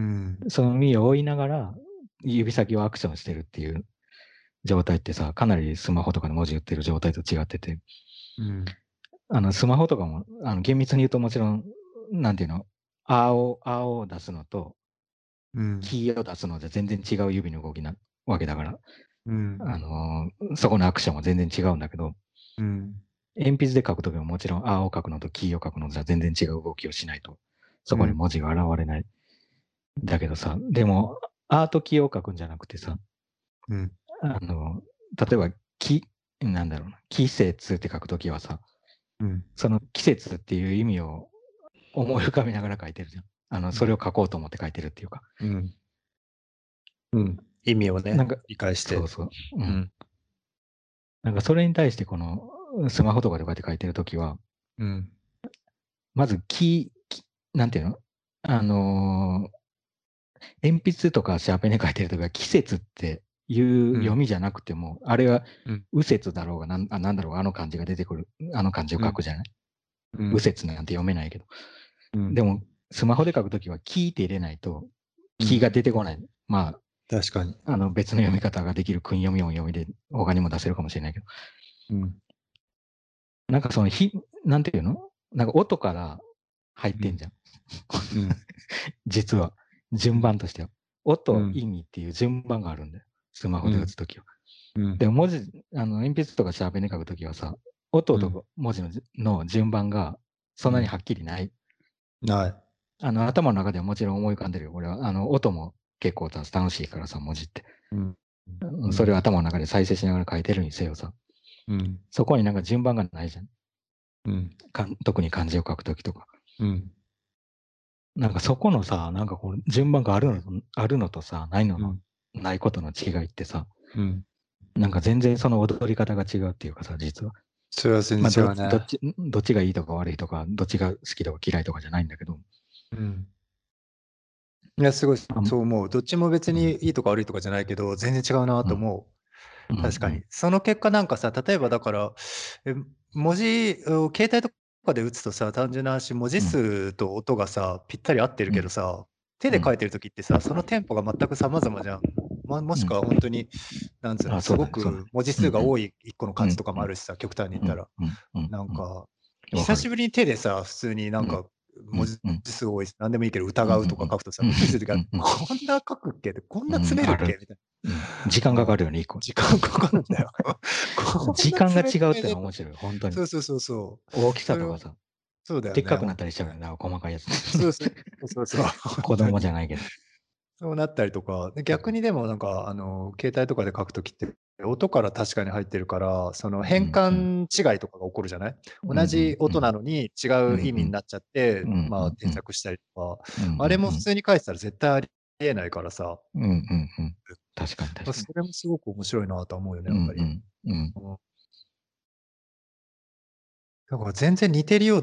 B: その意味を追いながら、指先をアクションしてるっていう状態ってさ、かなりスマホとかで文字打ってる状態と違ってて、
A: うん。
B: スマホとかも、厳密に言うともちろん、なんていうの、あを出すのと、
A: うん。
B: キーを出すのじゃ全然違う指の動きなわけだから、
A: うん。
B: そこのアクションは全然違うんだけど、
A: うん。
B: 鉛筆で書くときももちろん、あを書くのとキーを書くのじゃ全然違う動きをしないと、そこに
A: うん。
B: 文字が現れない。だけどさ、でも、アートキーを書くんじゃなくてさ、
A: うん。
B: あの、例えば、なんだろうな、季節って書くときはさ、
A: うん。
B: その季節っていう意味を思い浮かべながら書いてるじゃん。それを書こうと思って書いてるっていうか。
A: うん。うん。意味をね、
B: なんか、
A: 理解して。
B: そうそう。うん。
A: うん。
B: なんかそれに対してこのスマホとかでこうやって書いてるときは、
A: うん。
B: まずなんていうのあの鉛筆とかシャーペンで書いてるときは季節っていう
A: うん。
B: 読みじゃなくても、あれは
A: うん。
B: 右折だろうがなんだろうがあの漢字が出てくる、あの漢字を
A: うん。
B: 書くじゃない
A: うん。
B: 右折なんて読めないけど。
A: うん。
B: でも、スマホで書くときはキーって入れないと、キーが
A: うん。
B: 出てこない。ま
A: 確かに。
B: あ、別の読み方ができる訓読み音読みで他にも出せるかもしれないけど、
A: うん。
B: なんかなんていうのなんか音から入っ
A: うん。
B: てんじゃん。
A: うん。
B: 実は。順
A: うん。
B: 番としては。音、
A: うん。
B: 意味っていう順番があるんだよ。スマホで打
A: うん。
B: つときは。
A: うん。
B: でも鉛筆とかシャーペンで書くときはさ、音と文字の順番がそんなにはっきりない。
A: ない。
B: 頭の中ではもちろん思い浮かんでるよ。俺は、音も結構さ楽しいからさ、文字って。
A: うん。うん。
B: それを頭の中で再生しながら書いてるにせよさ。
A: うん。
B: そこになんか順番がないじゃん。
A: うん。
B: 特に漢字を書くときとか。
A: うん。
B: なんかそこのさ、なんかこう、順番があるのとさ、ないのの、
A: うん。
B: ないことの違いってさ、
A: うん。
B: なんか全然その踊り方が違うっていうかさ、実は。
A: それは全
B: まあ、
A: 然違うね。
B: どっちがいいとか悪いとか、どっちが好きとか嫌いとかじゃないんだけど、
A: うん。いや、すごい
B: あ、
A: そう思う。どっちも別
B: うん、
A: にいいとか悪いとかじゃないけど、全然違うな
B: うん、
A: と思う。
B: うん、う
A: 確かに。
B: ん、
A: その結果なんかさ、例えばだから、え、携帯とかで打つとさ、単純な話、文字
B: うん、
A: 数と音がさ、ぴったり合ってる
B: うん、
A: けどさ、手
B: うん、
A: で書いてる時ってさ、そのテンポが全く様々じゃん。もしく
B: うん。
A: はほんとに、なんつうの、
B: あ、
A: すご
B: そうだね、そうだね。
A: く文字
B: うん、うん、
A: 数が多い1個の
B: うん、
A: 漢字とかもあるしさ、極端に言っ
B: うん、
A: たら。
B: うん、うん、うん。
A: なんか、
B: うんわかる。
A: 久しぶりに手でさ、普通にな
B: うん、
A: んか、文字
B: うん、うん、
A: 数多いし、なんでもいいけど
B: うん、うん、
A: 疑うとか書くとさ、
B: うん、
A: びっくりする時ある。
B: うん、うん、
A: こんな書くっけって、こんな
B: うん、
A: 詰めるっけ
B: ある。
A: みたい
B: うん。時間
A: な。
B: かかるよね、一個。
A: 時間かかるんだよ。こんな
B: 時間が違うって
A: 詰め詰めで
B: のは面白い、本当に。
A: そうそうそうそう。
B: 大き
A: それを
B: さとかさ、
A: そうだよね、
B: でっかくなっ
A: ほんとにね。
B: たりしちゃうよね、細かいやつ。
A: そうそうそうそう、ほん
B: 子供じ
A: とに。
B: ゃないけど。
A: そうなったりとか、で、
B: うん、
A: 逆にでもなんか携帯とかで書く時って、音から確かに入ってるから、その変
B: うん、うん、
A: 換違いとかが起こるじゃない？
B: うん、
A: 同じ
B: うん、
A: 音なのに違
B: うん、う
A: う意味に
B: ん、
A: なっちゃって、
B: うん、うん、
A: まあ、
B: うん、
A: 添削したりとか、
B: うん、うん、
A: あれも
B: うん、
A: 普通に書いてたら絶対ありえないからさ、
B: うん、うん、うん。確かに、確かに。
A: それもすごく面白いなとは思うよね、
B: うん、
A: やっぱり。
B: うん、うん。
A: うん。だから全然似てるようで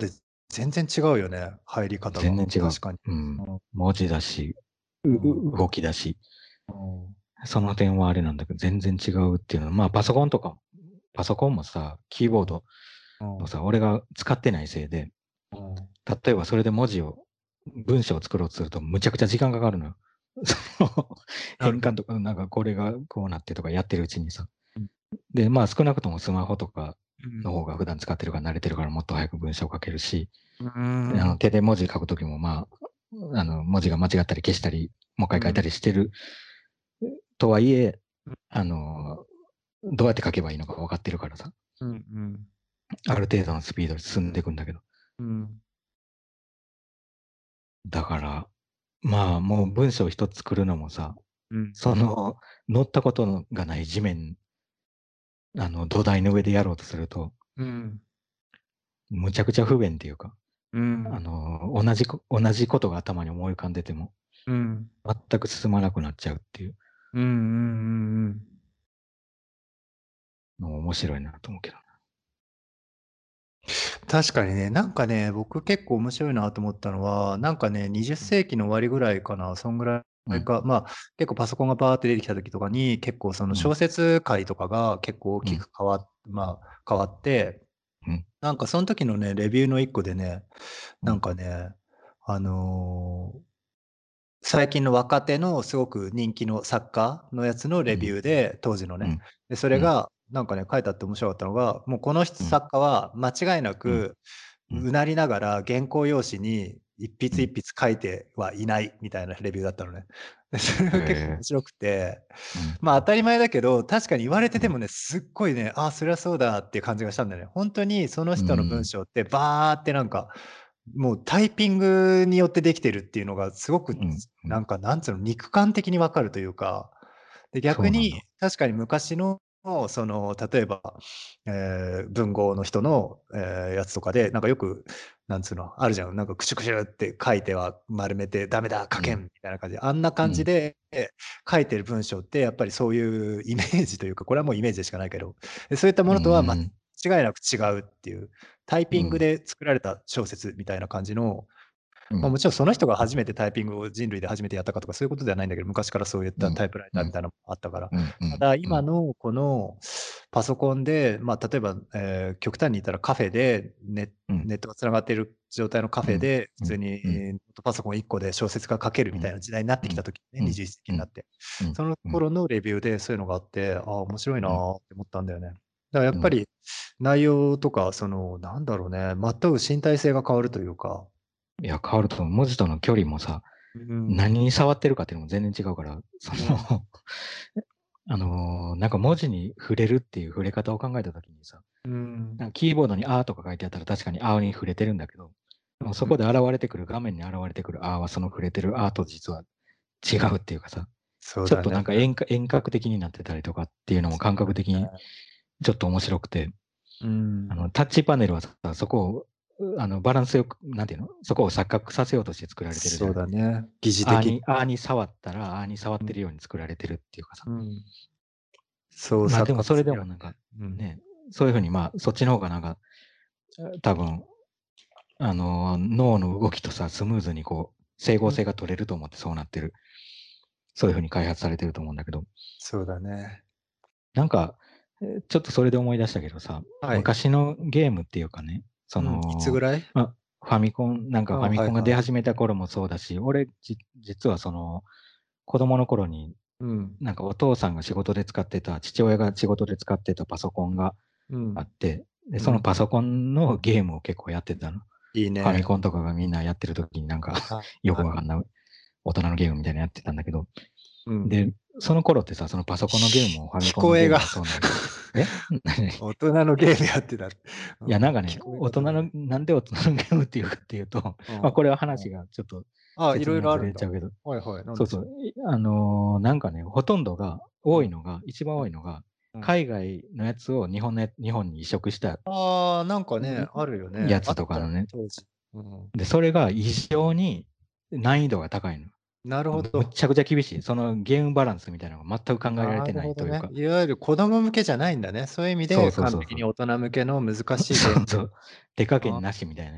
A: 全然違うよね、入り方が。
B: 全然違う。
A: 確かに。
B: うん。
A: うん
B: 文字だし、
A: うん。
B: 動きだし、
A: うん
B: その点はあれなんだけど、全然違うっていうのは、まあパソコンもさ、キーボード
A: うん
B: のさ、俺が使ってないせいで、
A: うん
B: 例えばそれで文章を作ろうとするとむちゃくちゃ時間かかるのよ。その
A: なるほど。
B: 変換とか、なんかこれがこうなってとかやってるうちにさ。
A: うん
B: で、まあ少なくともスマホとか
A: うん
B: の方が普段使ってるから慣れてるからもっと早く文章を書けるし、
A: うん
B: 手で文字書くときもまあ、文字が間違ったり消したり、もう一回書いたりしてるとはいえ、あの、どうやって書けばいいのか分かってるからさ、
A: うんうん
B: ある程度のスピードで進んでいくんだけど。
A: うん
B: だから、まあもう文章一つ作るのもさ、
A: うん
B: その乗ったことがない地面、土台の上でやろうとすると、
A: うん
B: むちゃくちゃ不便っていうか、
A: うん
B: 同じことが頭に思い浮かんでても、
A: うん
B: 全く進まなくなっちゃうっていう
A: うんうん
B: のも面白いなと思うけど。
A: 確かにね、なんかね、僕結構面白いなと思ったのは、なんかね、20世紀の終わりぐらいかな、そんぐら
B: うん、
A: いか、まあ、結構パソコンがバーって出てきた時とかに、結構その
B: うん、
A: 小説界とかが結構大き
B: うん、
A: く変わって、
B: うん、
A: なんかその時のね、レビューの一個でね、なん
B: うん、
A: かね、あの最近の若手のすごく人気の作家のやつのレビ
B: うん、
A: ューで、当時のね。
B: うん、
A: で、そ
B: うん、
A: れがなんかね、書いてあって面白かったのが、もうこの
B: うん、
A: 作家は間違いな
B: うん、
A: く、
B: うん、
A: うなりながら原稿用紙に一筆
B: うん。
A: 一筆書いてはいないみたいなレビューだったのね。で、それが結構
B: へえ、
A: 面白くて、
B: うん、
A: まあ、当たり前だけど、確かに言われ
B: うん、
A: ててもね、すっごいね、ああ、そりゃそうだっていう感じがしたんだよね。ほんとにその
B: う
A: 人の文
B: ん、
A: 章ってバーってなんかもうタイピングによってできてるっていうのがすごく、
B: うん、うん。
A: なんか、なんつうの、肉感的に分かるというか、で、逆に
B: そうなんだ。
A: 確かに昔のその、例えば、文豪の人の、やつとかで、なんかよく、なんつうの、あるじゃん、なんかクシュクシュって書いては丸めて、ダメだ、書
B: うん、
A: けんみたいな感じで、あんな
B: うん、
A: 感じで書いてる文章ってやっぱりそういうイメージというか、これはもうイメージでしかないけど、そういったも
B: う
A: のとは間
B: ん、
A: 違いなく違うっていう、タイピング
B: うん、
A: で作られた小説みたいな感じの、まあ、
B: うん、
A: もちろんその人が初めてタイピングを人類で初めてやったかとかそういうことではないんだけど、昔からそういっ
B: うん、
A: たタイプライ
B: うん、
A: ターみたいなのもあったから。
B: うん、う
A: た
B: ん、
A: だ
B: うん、
A: 今のこのパソコンで、まあ、例えば、極端に言ったらカフェで
B: うん、
A: ネットが繋がっている状態のカフェ
B: うん、
A: で、普
B: うん、
A: 通に
B: うん、
A: ノートパソコン1個で小説が書ける
B: うん、
A: みたいな時代になっ
B: うん、
A: てきた時ね、
B: うん、
A: 21世紀
B: うん、
A: になって。
B: うん、
A: その
B: うん、
A: 頃のレビューでそういうのがあって、ああ、面白いな
B: うん、
A: って思ったんだよね。だからや
B: うん。
A: っぱり内容とか、その、なんだろうね、全く身体性が変わるというか。
B: いや、変わると思う。文字との距離もさ、
A: うん。
B: 何に触ってるかっていうのも全然違うから、
A: うん。
B: なんか文字に触れるっていう触れ方を考えたときにさ、
A: うん。
B: なんかキーボードにあーとか書いてあったら確かにあーに触れてるんだけど、でもそ
A: うん。
B: こで現れてくる、画面に現れてくるあーはその触れてるあーと実は違うっていうかさ、ちょっと
A: そうだね。
B: なんか遠隔的になってたりとかっていうのも感覚的にちょっと面白くて、
A: うん。
B: タッチパネルはさ、そこを、バランスよく、なんていうのそこを錯覚させようとして作られてるじゃ
A: そう
B: ない。
A: だね。疑似的。
B: あーに触ったら、あーに触っ
A: うん。
B: てるように作られてるっていうかさ。
A: うん。そう、
B: まあ
A: 錯
B: でもそれ
A: 覚するよね。
B: でもなんか、
A: うん。
B: ね、そういうふうにまあ、そっちの方がなんか、多分、脳の動きとさ、スムーズにこう、整
A: うん。
B: 合性が取れると思ってそうなってる。そういうふうに開発されてると思うんだけど、
A: そうだね。
B: なんか、ちょっとそれで思い出したけどさ、
A: はい。
B: 昔のゲームっていうかね、
A: うん、いつぐらい？
B: ファミコン、なんか
A: ああ、
B: ファミコンが
A: はいはい。
B: 出始めた頃もそうだし、実は子供の頃に、
A: うん。
B: なんかお父さんが仕事で使ってた、父親が仕事で使ってたパソコンが
A: うん。
B: あって、で、
A: うん。
B: そのパソコンのゲームを結構やってたの。ファミ
A: いいね。
B: コンとかがみんなやってる時になんか
A: は
B: よく
A: はい。
B: わかんない大人のゲームみたいなのやってたんだけど、
A: うん。
B: で、その頃ってさ、そのパソコンのゲームもファミコンのゲーム
A: 聞こえが
B: もそうなんだけど、え何
A: 大人のゲームやってた。
B: いや、なん
A: うん、
B: かね、
A: 聞こえがダメだ。
B: なんで大人のゲームっていうかっていうと、
A: うん。
B: まあこれは
A: うん。
B: 話がちょっと
A: あ、色
B: 説明ず
A: 々あるんだ。
B: れちゃうけど、
A: はいはい、なん
B: そうそう、
A: でしょう？
B: なんかね、ほとんどが、
A: うん。
B: 一番多いのが、
A: うん。
B: 海外のやつを日本に移植した
A: ああ、なんかね、
B: ん
A: あるよね。
B: やつ
A: あったよね、
B: とかのね。
A: 当時。うん。
B: で、それが異常に難易度が高いの。
A: なるほど。
B: むっちゃくちゃ厳しい。そのゲームバランスみたいなのが全く考えられ
A: な
B: て
A: るほどね。
B: ないというか。
A: いわゆる子供向けじゃないんだね。そういう意味
B: そう
A: で、
B: そうそうそう。
A: 完璧に大人向けの難しいゲーム。
B: そうそう。手加減
A: あ
B: なしみたいなやつ。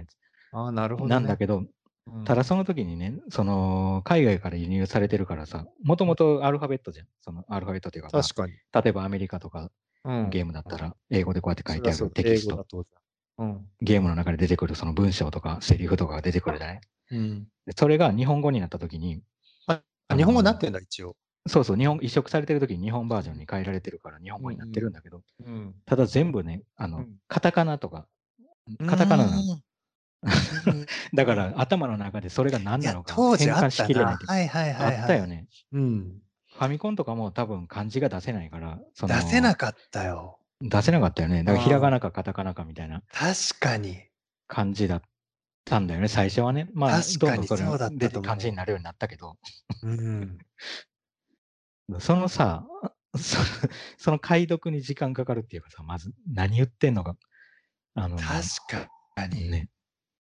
A: ああ、なるほどね。
B: なんだけど、
A: うん。
B: ただその時にね、その、海外から輸入されてるからさ、もともとアルファベットじゃん。そのアルファベットっていうか、ま
A: 確かに。
B: あ、例えばアメリカとか
A: うん。
B: のゲームだったら、英語でこうやって書いてある
A: そりゃそうだ。英
B: テキスト、
A: 語だと。うん。
B: ゲームの中で出てくるその文章とかセリフとかが出てくるじゃない。
A: うん。
B: でそれが日本語になった時に、
A: あ、
B: あ
A: 日本語になっ
B: の
A: てんだ、一応。
B: そうそう、移植されてる時に日本バージョンに変えられてるから日本語になって
A: うん
B: るんだけど、
A: うん。うん。
B: ただ全部ね、
A: うん。
B: カタカナとか、
A: う
B: カタカナなの。
A: ーん。うん。
B: だから頭の中でそれが何
A: いや、
B: なのか
A: 当時あ
B: 変換
A: ったな。
B: しきれないっていうか、
A: はいはい
B: あ
A: はいはい。
B: ったよね。
A: うん。
B: ファミコンとかも多分漢字が出せないから、
A: 出せなかったよ。
B: 出せなかったよね。だからひら
A: うん。
B: がなかカタカナかみたいな
A: 確かに。
B: 感じだったんだよね、最初はね。まあ、
A: 確かに
B: どんどんそれ
A: そうだった
B: 出て漢字に
A: と思
B: なるようになったけど、
A: う。うん。
B: そのさ、そその解読に時間かかるっていうかさ、まず何言ってんのか、あの、
A: 確かに。
B: ね、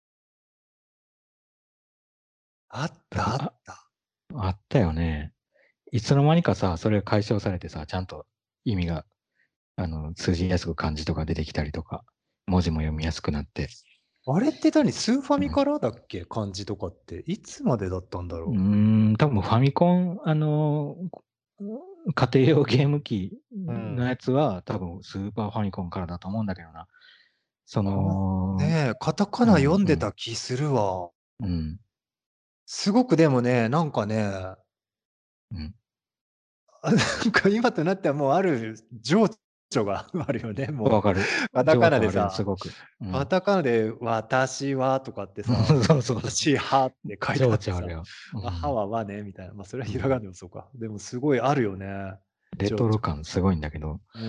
A: あったあっ
B: だから
A: た。
B: あったよね。いつの間にかさ、それが解消されてさ、ちゃんと意味が通じやすく漢字とか出てきたりとか、文字も読みやすくなって。
A: あれってスーファミ
B: うん
A: からだっけ？漢字とかって。いつまでだったんだろ
B: 多分ファミコン、家庭用ゲーム機
A: う。う
B: の
A: ん。
B: やつは、多分スーパーファミコンからだと思うんだけどな。そ
A: あ、
B: の、
A: ねえ、カタカナ読んで
B: うんうん、
A: た気するわ。
B: うん、
A: すごくでもね、なんかね、
B: うん。
A: なんか今となってはもうある情緒があるよね、もう。
B: わかる。
A: カタカナ
B: 情緒あるよ、す
A: でさ、
B: ごく。うん。
A: カタカナで私はとかってさ、
B: そうそうそう。
A: 私はって書いてあ
B: 情
A: ってさ、
B: 緒あるよ。う
A: あ、は
B: ん。
A: ははねみたいな。ま、それはひらがな
B: うん。
A: でもそうか。でもすごいあるよね、
B: レトロ
A: 情緒。
B: 感すごいんだけど、
A: うん。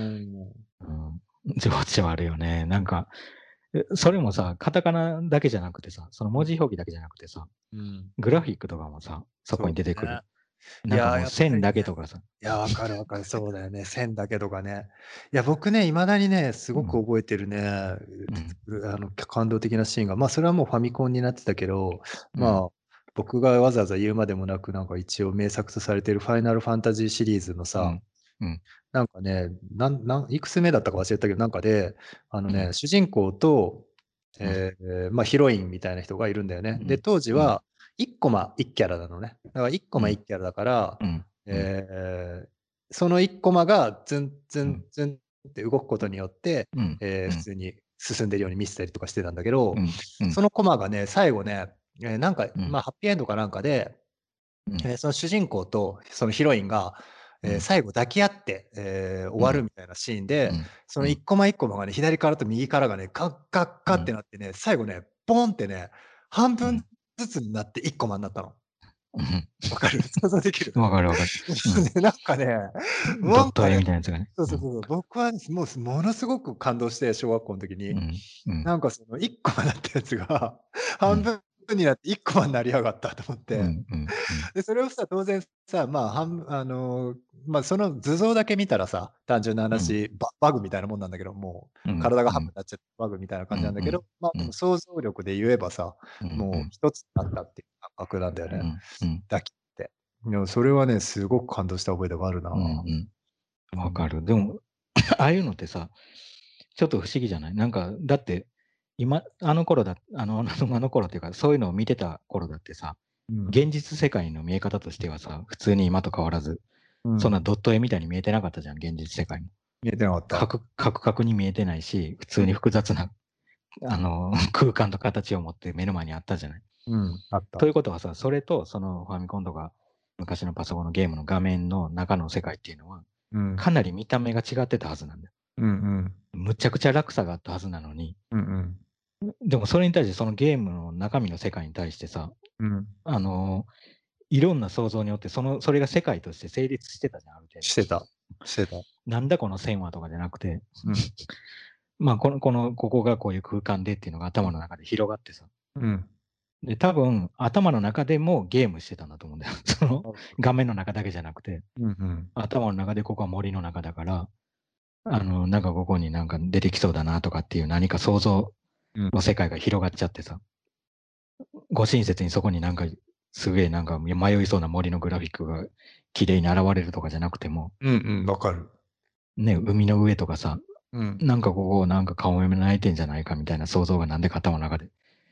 B: うん。情緒あるよね。なんか、それもさ、カタカナだけじゃなくてさ、その
A: うん、
B: 文字表記だけじゃなくてさ、
A: うん。
B: グラフィックとかもさ、そこ
A: そう
B: に出てく
A: だね。
B: る。
A: いや、
B: なんかもう線
A: やっぱりね、
B: だけとかさ。
A: いや、わかるわかる、そうだよね、線だけとかね。いや、僕ね、未だにね、すごく
B: うん。
A: 覚えてるね、
B: うん。
A: 感動的なシーンが、ま、それはもうファミコンになってたけど、
B: うん。
A: まあ、僕がわざわざ言うまでもなく、なんか一応名作とされてるファイナルファンタジーシリーズのさ、
B: うん。うん。
A: なんかね、いくつ目だったか忘れたけど、なんかで、
B: うん。
A: 主人公と、
B: うん。
A: ま、ヒロインみたいな人がいるんだよね。で、
B: うん。
A: 当時
B: うん。
A: は1コマ1キャラなのね。だから1コマ1
B: うん。
A: キャラだから、
B: うん。うん。
A: えその1コマがツンツ
B: うん。
A: ンツンって動くことによって、
B: うん。
A: 普通に進んでるように見せたりとかしてたんだけど、
B: うん。うん。
A: そのコマがね、最後ね、なんか、
B: うん。
A: ま、ハッピーエンドかなんかで
B: うん。
A: その主人公とそのヒロインが、
B: うん。
A: 最後抱き合って、終
B: うん。
A: わるみたいなシーンで、
B: うん。
A: その
B: うん。
A: 一コマ一コマがね、左からと右からがね、カッカッカってなってね、最後ね、ポンってね、半分ずつになって1コマになったの。
B: うん。
A: わかる？想像できる？
B: わかるわかる。うん。
A: で、なんかね、なんかね、
B: ドット絵みたいなやつがね。うん。
A: そうそうそうそう、僕はもう、ものすごく感動して、小学校の時に。
B: うん。うん。
A: なんかその1コマだったやつが、
B: うん。
A: 半分になって1コマになりやがったと思って。
B: うん。うん。うん。
A: で、それをさ、当然さ、まあ、ま、その図像だけ見たらさ、単純な
B: うん。
A: 話、バグみたいなもんなんだけど、もう
B: うん。
A: 体が
B: うん。
A: ハムになっちゃったバグみたいな
B: うん。
A: 感じなんだけど、まあ、
B: うん。
A: でも想像力で言えばさ、
B: うん。うん。
A: もう一つになったっていう感覚なんだよね。
B: うん。うん。
A: 抱きって。でもそれはね、すごく感動した覚えがあるな。
B: うん。
A: うん。
B: わかる。でも、ああいうのってさ、ちょっと不思議じゃない？なんか、だって、今、あの頃だ、あの頃っていうか、そういうのを見てた頃だってさ、
A: うん。
B: 現実世界の見え方としてはさ、普通に今と変わらず、
A: うん。
B: そんなドット絵みたいに見えてなかったじゃん、現実世界も。
A: 見えてなかった。
B: カクカクに見えてないし、普
A: うん。
B: 通に複雑な、空間と形を持って目の前にあったじゃない。
A: うん、あった。
B: ということはさ、それとそのファミコンとか昔のパソコンのゲームの画面の中の世界っていうのは、
A: うん。
B: かなり見た目が違ってたはずなんだよ。
A: うんうん。
B: むちゃくちゃ落差があったはずなのに、
A: うんうん。
B: でもそれに対してそのゲームの中身の世界に対してさ、
A: うん。
B: あの、いろんな想像によってそれが世界として成立してたじゃん、ある程度。
A: してた。してた。
B: なんだこの線はとかじゃなくて、
A: うん。
B: まあここがこういう空間でっていうのが頭の中で広がってさ。
A: うん。
B: で、多分頭の中でもゲームしてたんだと思うんだよ。その画面の中だけじゃなくて、
A: うんうん。
B: 頭の中でここは森の中だから、なんかここになんか出てきそうだなとかっていう何か想像
A: うん。
B: の世界が広がっちゃってさ。ご親切にそこになんか、すげえなんか迷いそうな森のグラフィックが綺麗に現れるとかじゃなくても、
A: うんうん、わかる。
B: ね、海の上とかさ、
A: うん。
B: なんかここなんか顔面泣いてんじゃないかみたいな想像がなんで頭の中で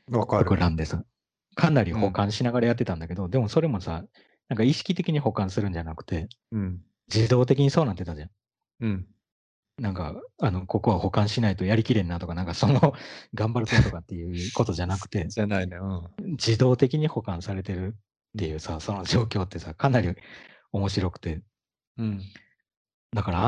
A: わかる。
B: 膨らんでさ、かなり保
A: うん。
B: 管しながらやってたんだけど、でもそれもさ、なんか意識的に保管するんじゃなくて、
A: うん。
B: 自動的にそうなってたじゃん。
A: うん。
B: なんか、ここは保管しないとやりきれんなとか、なんかその、頑張るぞとかっていうことじゃなくて、
A: じゃないね。うん。
B: 自動的に保管されてるっ
A: うん。
B: ていうさ、その状況ってさ、かなり面白くて、
A: うん。
B: だから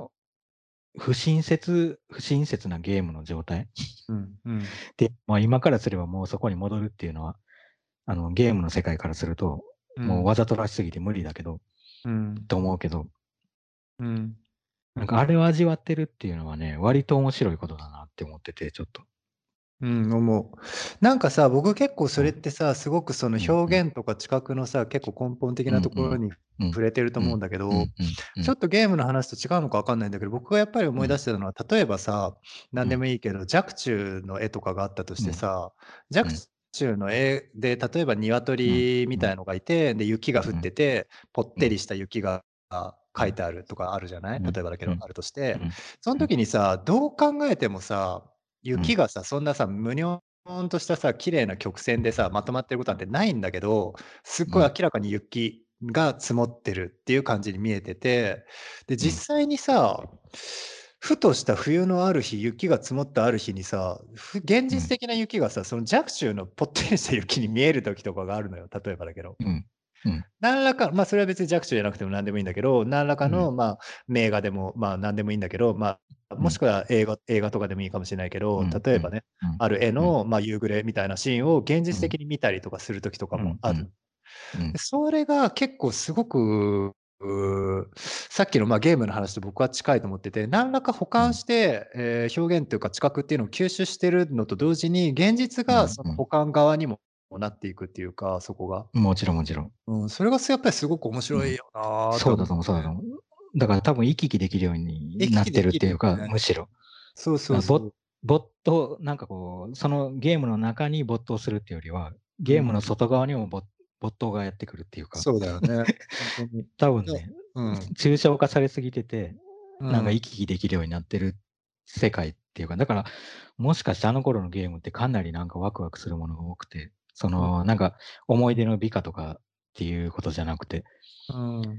B: 不親切なゲームの状態
A: うん。うん。
B: で、まあ今からすればもうそこに戻るっていうのは、ゲームの世界からすると、もうわざとらしすぎて無理だけど、
A: うん。
B: と思うけど、
A: うん。
B: なんかあれを味わってるっていうのはね、割と面白いことだなって思ってて、ちょっと。
A: うん、思う。なんかさ、僕結構それっ
B: うん、
A: てさ、すごくその
B: うん、うん、
A: 表現とか知覚のさ、結構根本的
B: うん、
A: なところに
B: うん、
A: 触れてると
B: うん、
A: 思うんだけど、
B: うん、うん、うん、
A: ちょっとゲームの話と違うのかわかんないんだけど、僕がやっぱり思い出してたのは、例えばさ、何でもいいけど、若冲の絵とかがあったとし
B: うん、
A: てさ、若
B: うん、
A: 冲の絵で、例えば
B: うん、
A: 鶏みたいのがいて、で、雪が降ってて、ぽっ
B: うん、
A: てりした雪が書いてあるとかあるじゃない、
B: うん、
A: 例えばだけど、
B: うん、
A: あるとして、
B: うん、
A: その時にさ、どう考えてもさ、
B: うん、
A: 雪がさ、そんなさ、むにょーんとしたさ、綺麗な曲線でさ、まとまってることなんてないんだけど、すっごい明らかに雪が積もってるっていう感じに見えてて、で、実際にさ、ふとした冬のある日、雪が積もったある日にさ、現実的な雪がさ、その若冲のぽってりした雪に見える時とかがあるのよ、例えばだけど。
B: うん、うん、
A: 何らか、まあ、それは別に弱視じゃなくても何でもいいんだけど、何らか
B: うん、
A: の、まあ、名画でも、まあ、何でもいいんだけど、まあ、
B: うん、
A: もしくは映画とかでもいいかもしれないけど、
B: うん、
A: 例えばね、ある絵
B: うん、
A: の、まあ、夕暮れみたいなシーンを現実
B: うん、
A: 的に見たりとかする時とか
B: うん、
A: もある。
B: うん、
A: でそれが結構すごく、さっきの、まあ、ゲームの話と僕は近いと思ってて、何らか補完して、表現というか知覚っていうのを吸収してるのと同時に、現実がその補完側にもなっていくっていうか、そこが。
B: もちろん、もちろん。
A: うん、それがやっぱりすごく面
B: うん。
A: 白いよなと思って。
B: そうだと思う、そうだと思う。だから多分行き来できるように
A: 行き
B: なって
A: 来できるよ
B: るっていうか、
A: ね。
B: むしろ。
A: そうそ
B: だから
A: うそう。
B: ボット、なんかこう、そのゲームの中に没頭するっていうよりは、
A: うん、
B: ゲームの外側にも没頭がやってくるっていうか、
A: そうだよね。本当に。いや、
B: 多分ね、
A: うん、
B: 抽象化されすぎてて、なんか
A: うん、
B: 行き来できるようになってる世界っていうか、だから、もしかしてあの頃のゲームってかなりなんかワクワクするものが多くて、
A: うん、
B: なんか思い出の美化とかっていうことじゃなくて、
A: うん。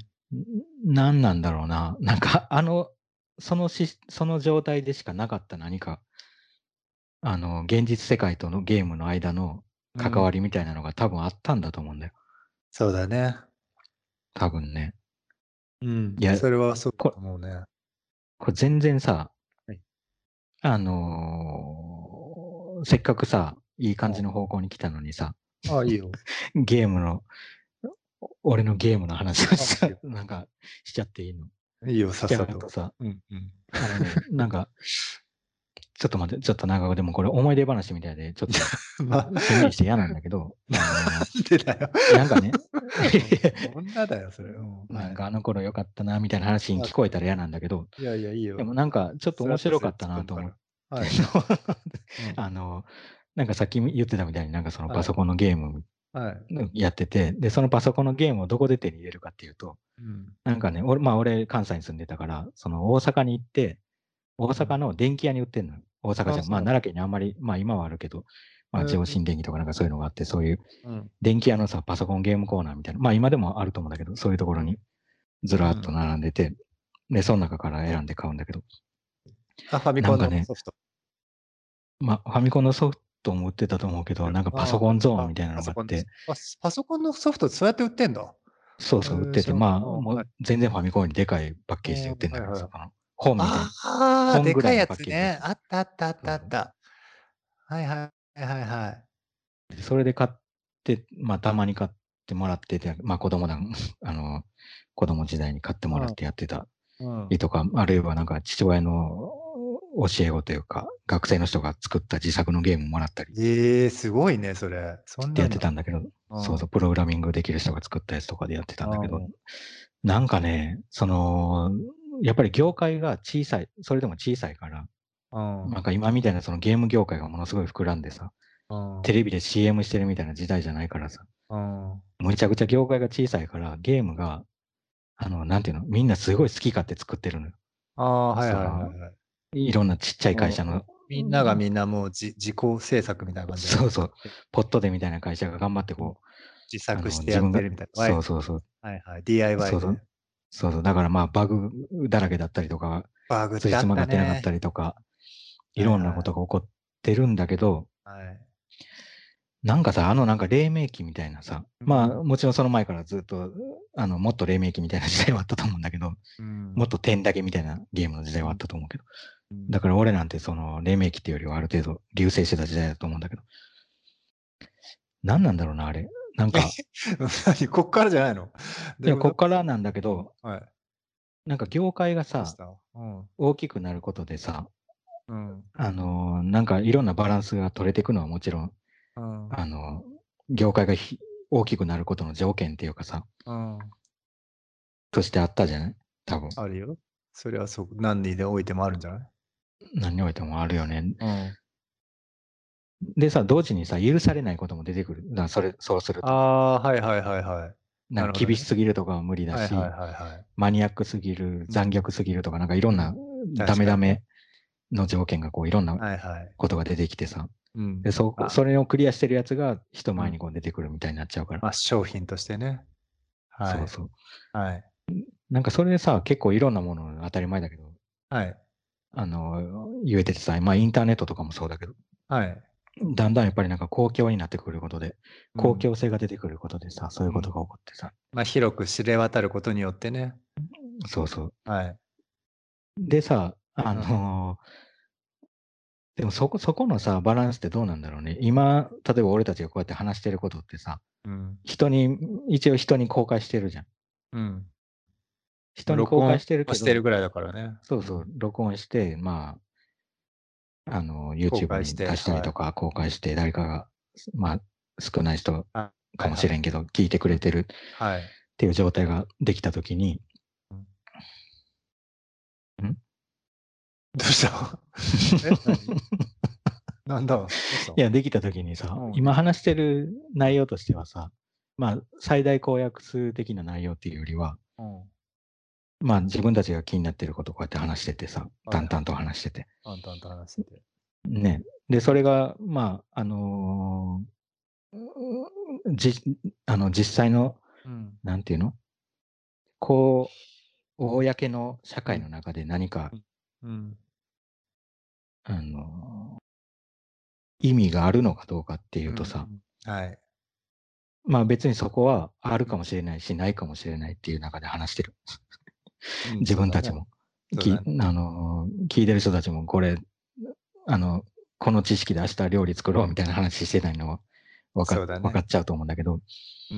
B: 何なんだろうな。なんか、その状態でしかなかった何か、現実世界とのゲームの間の
A: うん、
B: 関わりみたいなのが多分あったんだと思うんだよ。
A: そうだね。
B: 多分ね。
A: うん、
B: いや、
A: それはそうだ
B: こ
A: と思うね。
B: これ全然さ、
A: はい。
B: せっかくさ、いい感じの方向に来たのにさ、
A: ああ、いいよ。
B: ゲームの、俺のゲームの話を
A: ああ、いいよ。
B: なんか、しちゃっていいの
A: いいよ、
B: しちゃ
A: さっさと。
B: うとさ、
A: うん、うん。
B: なんか、ちょっと待って、ちょっと長くでもこれ思い出話みたいで、ちょっと
A: まあ、
B: しんみりして嫌なんだけど、
A: なんでだよ。
B: なんかね、
A: 女だよ、それ。うん、はい。
B: なんかあの頃良かったな、みたいな話に
A: あ、
B: 聞こえたら嫌なんだけど、
A: いやいや、いいよ。
B: でもなんかちょっと面
A: それは後で突っ
B: 白かったなと思っ
A: 込むから。はい。
B: ての
A: うん。
B: あの、なんかさっき言ってたみたいになんかそのパ
A: はい。
B: ソコンのゲーム
A: はい。
B: やってて、で、そのパソコンのゲームをどこで手に入れるかっていうと、
A: うん。
B: なんかね、俺関西に住んでたから、その大阪に行って、大
A: うん。
B: 阪の電気屋に売ってんのよ。大阪じ
A: あ、
B: ゃん。まあ
A: そうなんだ。
B: 奈良県にあんまり、まあ今はあるけど、まあ上
A: え、
B: 新電機とかなんかそういうのがあって、そういう
A: うん。
B: 電気屋のさ、パソコンゲームコーナーみたいな、まあ今でもあると思うんだけど、そういうところ
A: うん。
B: にずらーっと
A: うん。
B: 並んでて、で、その中から選んで買うんだけど、
A: あ、ファミコン
B: なんかね、
A: のソフト。
B: まあファミコンのソフトも売ってたと思うけど、なんかパ
A: ああ、
B: ソコンゾーン
A: パ
B: みたいな
A: パソコンです。
B: のがあって、
A: パソコンのソフトそうやって売ってんだ。
B: そうそう売ってて、
A: 知らん。
B: まあ
A: あ、
B: もう
A: はい。
B: 全然ファミコンよりでかいパッ
A: ああ、
B: ケージで売ってんだけどさ、
A: はいはい。
B: 本みたいに、
A: ああ、
B: 本ぐらいの
A: でかいや
B: パッケージで。
A: つね。あったあったあっ
B: そうそう
A: たあった。はいはいはいはい。
B: でそれで買って、まあたまに買ってもらってて、まああの、子供時代に買ってもらってやってた
A: うん、うん。
B: りとか、あるいはなんか父親の教え子というか、学生の人が作った自作のゲームもらったり
A: ええ、すごいね、それ。そん
B: ってやって
A: なんなの。
B: たんだけど、
A: うん。
B: そうそう、プログラミングできる人が作ったやつとかでやってたんだけど、
A: うん。
B: なんかね、やっぱり業界が小さい、それでも小さいから、
A: うん。
B: なんか今みたいなそのゲーム業界がものすごい膨らんでさ、
A: うん。
B: テレビで CM してるみたいな時代じゃないからさ、
A: うん。
B: むちゃくちゃ業界が小さいから、ゲームが、なんていうの、みんなすごい好き勝手作ってるのよ。
A: ああ、はいはいは
B: その、
A: いはい。
B: いろんなちっちゃい
A: うん、
B: 会社の
A: みんながみんなもう自己制作みたいな感じだね。
B: そうそう、ポットでみたいな会社が頑張ってこう、
A: 自作して
B: 自分が、
A: やってるみたいな。
B: そうそうそう、
A: はいはい。
B: そ
A: DIY
B: うそう、
A: で。
B: そうそう、だからまあバグだらけだったりとか、
A: バグってあっ
B: 辻褄が合ってなかっ
A: たね。
B: たりとか、いろんな
A: はいはい。
B: ことが起こってるんだけど、
A: はい。
B: なんかさ、なんか黎明期みたいなさ、まあもちろんその前からずっと、もっと黎明期みたいな時代はあったと思うんだけど、もっと点だけみたいなゲームの時代はあったと思うけど、だから俺なんてその黎明期っていうよりはある程度流星してた時代だと思うんだけど、何なんだろうな、あれ。なんか、
A: 何こっからじゃないの？ど
B: いや、
A: ういうこ
B: こっからなんだけど、
A: と？はい。
B: なんか業界がさ、
A: どうした？うん。
B: 大きくなることでさ、
A: うん。
B: なんかいろんなバランスが取れていくのはもちろん、
A: うん。
B: 業界が大きくなることの条件っていうかさ、
A: うん。
B: としてあったじゃない多分。
A: あるよ。それはそう、何にでおいてもあるんじゃない？
B: 何においてもあるよね。
A: うん。
B: でさ、同時にさ、許されないことも出てくる。だからそうすると。
A: ああ、はいはいはいはい。
B: なんか
A: なるほどね。
B: 厳しすぎるとかは無理だ
A: はいはい
B: し、
A: はいはい。
B: マニアックすぎる、
A: うん。
B: 残虐すぎるとか、なんかいろんなダ
A: 確かにね。
B: メダメの条件がこういろんな
A: はいはい。
B: ことが出てきてさ、
A: うん。
B: で、それをクリアしてるやつが人
A: うん。
B: 前にこう出てくるみたいになっちゃうから。
A: まあ、商品としてね。はい。
B: そうそう。
A: はい。
B: なんかそれでさ、結構いろんなもの当たり前だけど、
A: はい。
B: 言えててさ、まあインターネットとかもそうだけど、
A: はい。
B: だんだんやっぱりなんか公共になってくることで、公
A: うん。
B: 共性が出てくることでさ、そういうこと
A: うん。
B: が起こってさ、
A: まあ、広く知れ渡ることによってね。
B: そうそう。
A: はい。
B: でさ、
A: うん。
B: でもそこのさ、バランスってどうなんだろうね。今、例えば俺たちがこうやって話してることってさ、
A: うん。
B: 一応人に公開してるじゃん。
A: うん。
B: 人に公開
A: 録音
B: してるけど、
A: はしてるぐらいだからね。
B: そうそう、
A: うん。
B: 録音して、まあ、
A: 公
B: YouTube
A: 開して、
B: に出したり
A: はい。
B: とか、公開して誰かが、まあ、少ない人
A: は
B: か
A: いはい。
B: もしれんけど、聞いてく
A: うん。
B: れてるっ
A: はい。
B: ていう状態ができたときに、
A: うん。
B: ん
A: どうした？何？なんだ？どうしたの？
B: いや、できたときにさ、
A: うん。
B: 今話してる内容としてはさ、まあ、最大公約数的な内容っていうよりは、
A: うん。
B: まあ、自分たちが気になってることをこうやって話しててさ、
A: はいはい。
B: 淡々と話してて。
A: 淡々と話してて。
B: ね。で、それが、まあ、じ、実際の、
A: うん。
B: なんていうのこう、公の社
A: うん。
B: 会の中で何か、
A: うん。うん。
B: あの意味があるのかどうかっていうとさ、
A: うん。はい。
B: まあ別にそこはある
A: うん。
B: かもしれないし、ないかもしれないっていう中で話してる。
A: うん、
B: 自
A: そうだね。
B: 分たちも。
A: そうだね。
B: 聞いてる人たちも、これ、あの、この知識で明日料理作ろうみたいな話してないのはわか
A: そうだね。
B: っちゃうと思うんだけど、
A: うん。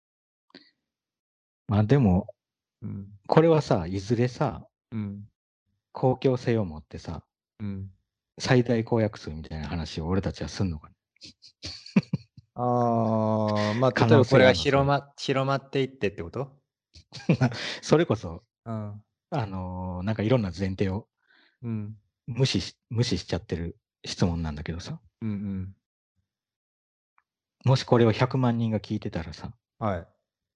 B: まあでも、
A: うん。
B: これはさ、いずれさ、
A: うん。
B: 公共性を持ってさ、
A: うん。
B: 最大公約数みたいな話を俺たちはすんのかね。
A: ああ、まあ、
B: 可能
A: 例えばこれが
B: 性あんの、それ。
A: 広まっていってってこと？
B: それこそ、
A: うん。
B: なんかいろんな前提を
A: うん。
B: 無視しちゃってる質問なんだけどさ、
A: うんうん。
B: もしこれを100万人が聞いてたらさ、
A: はい。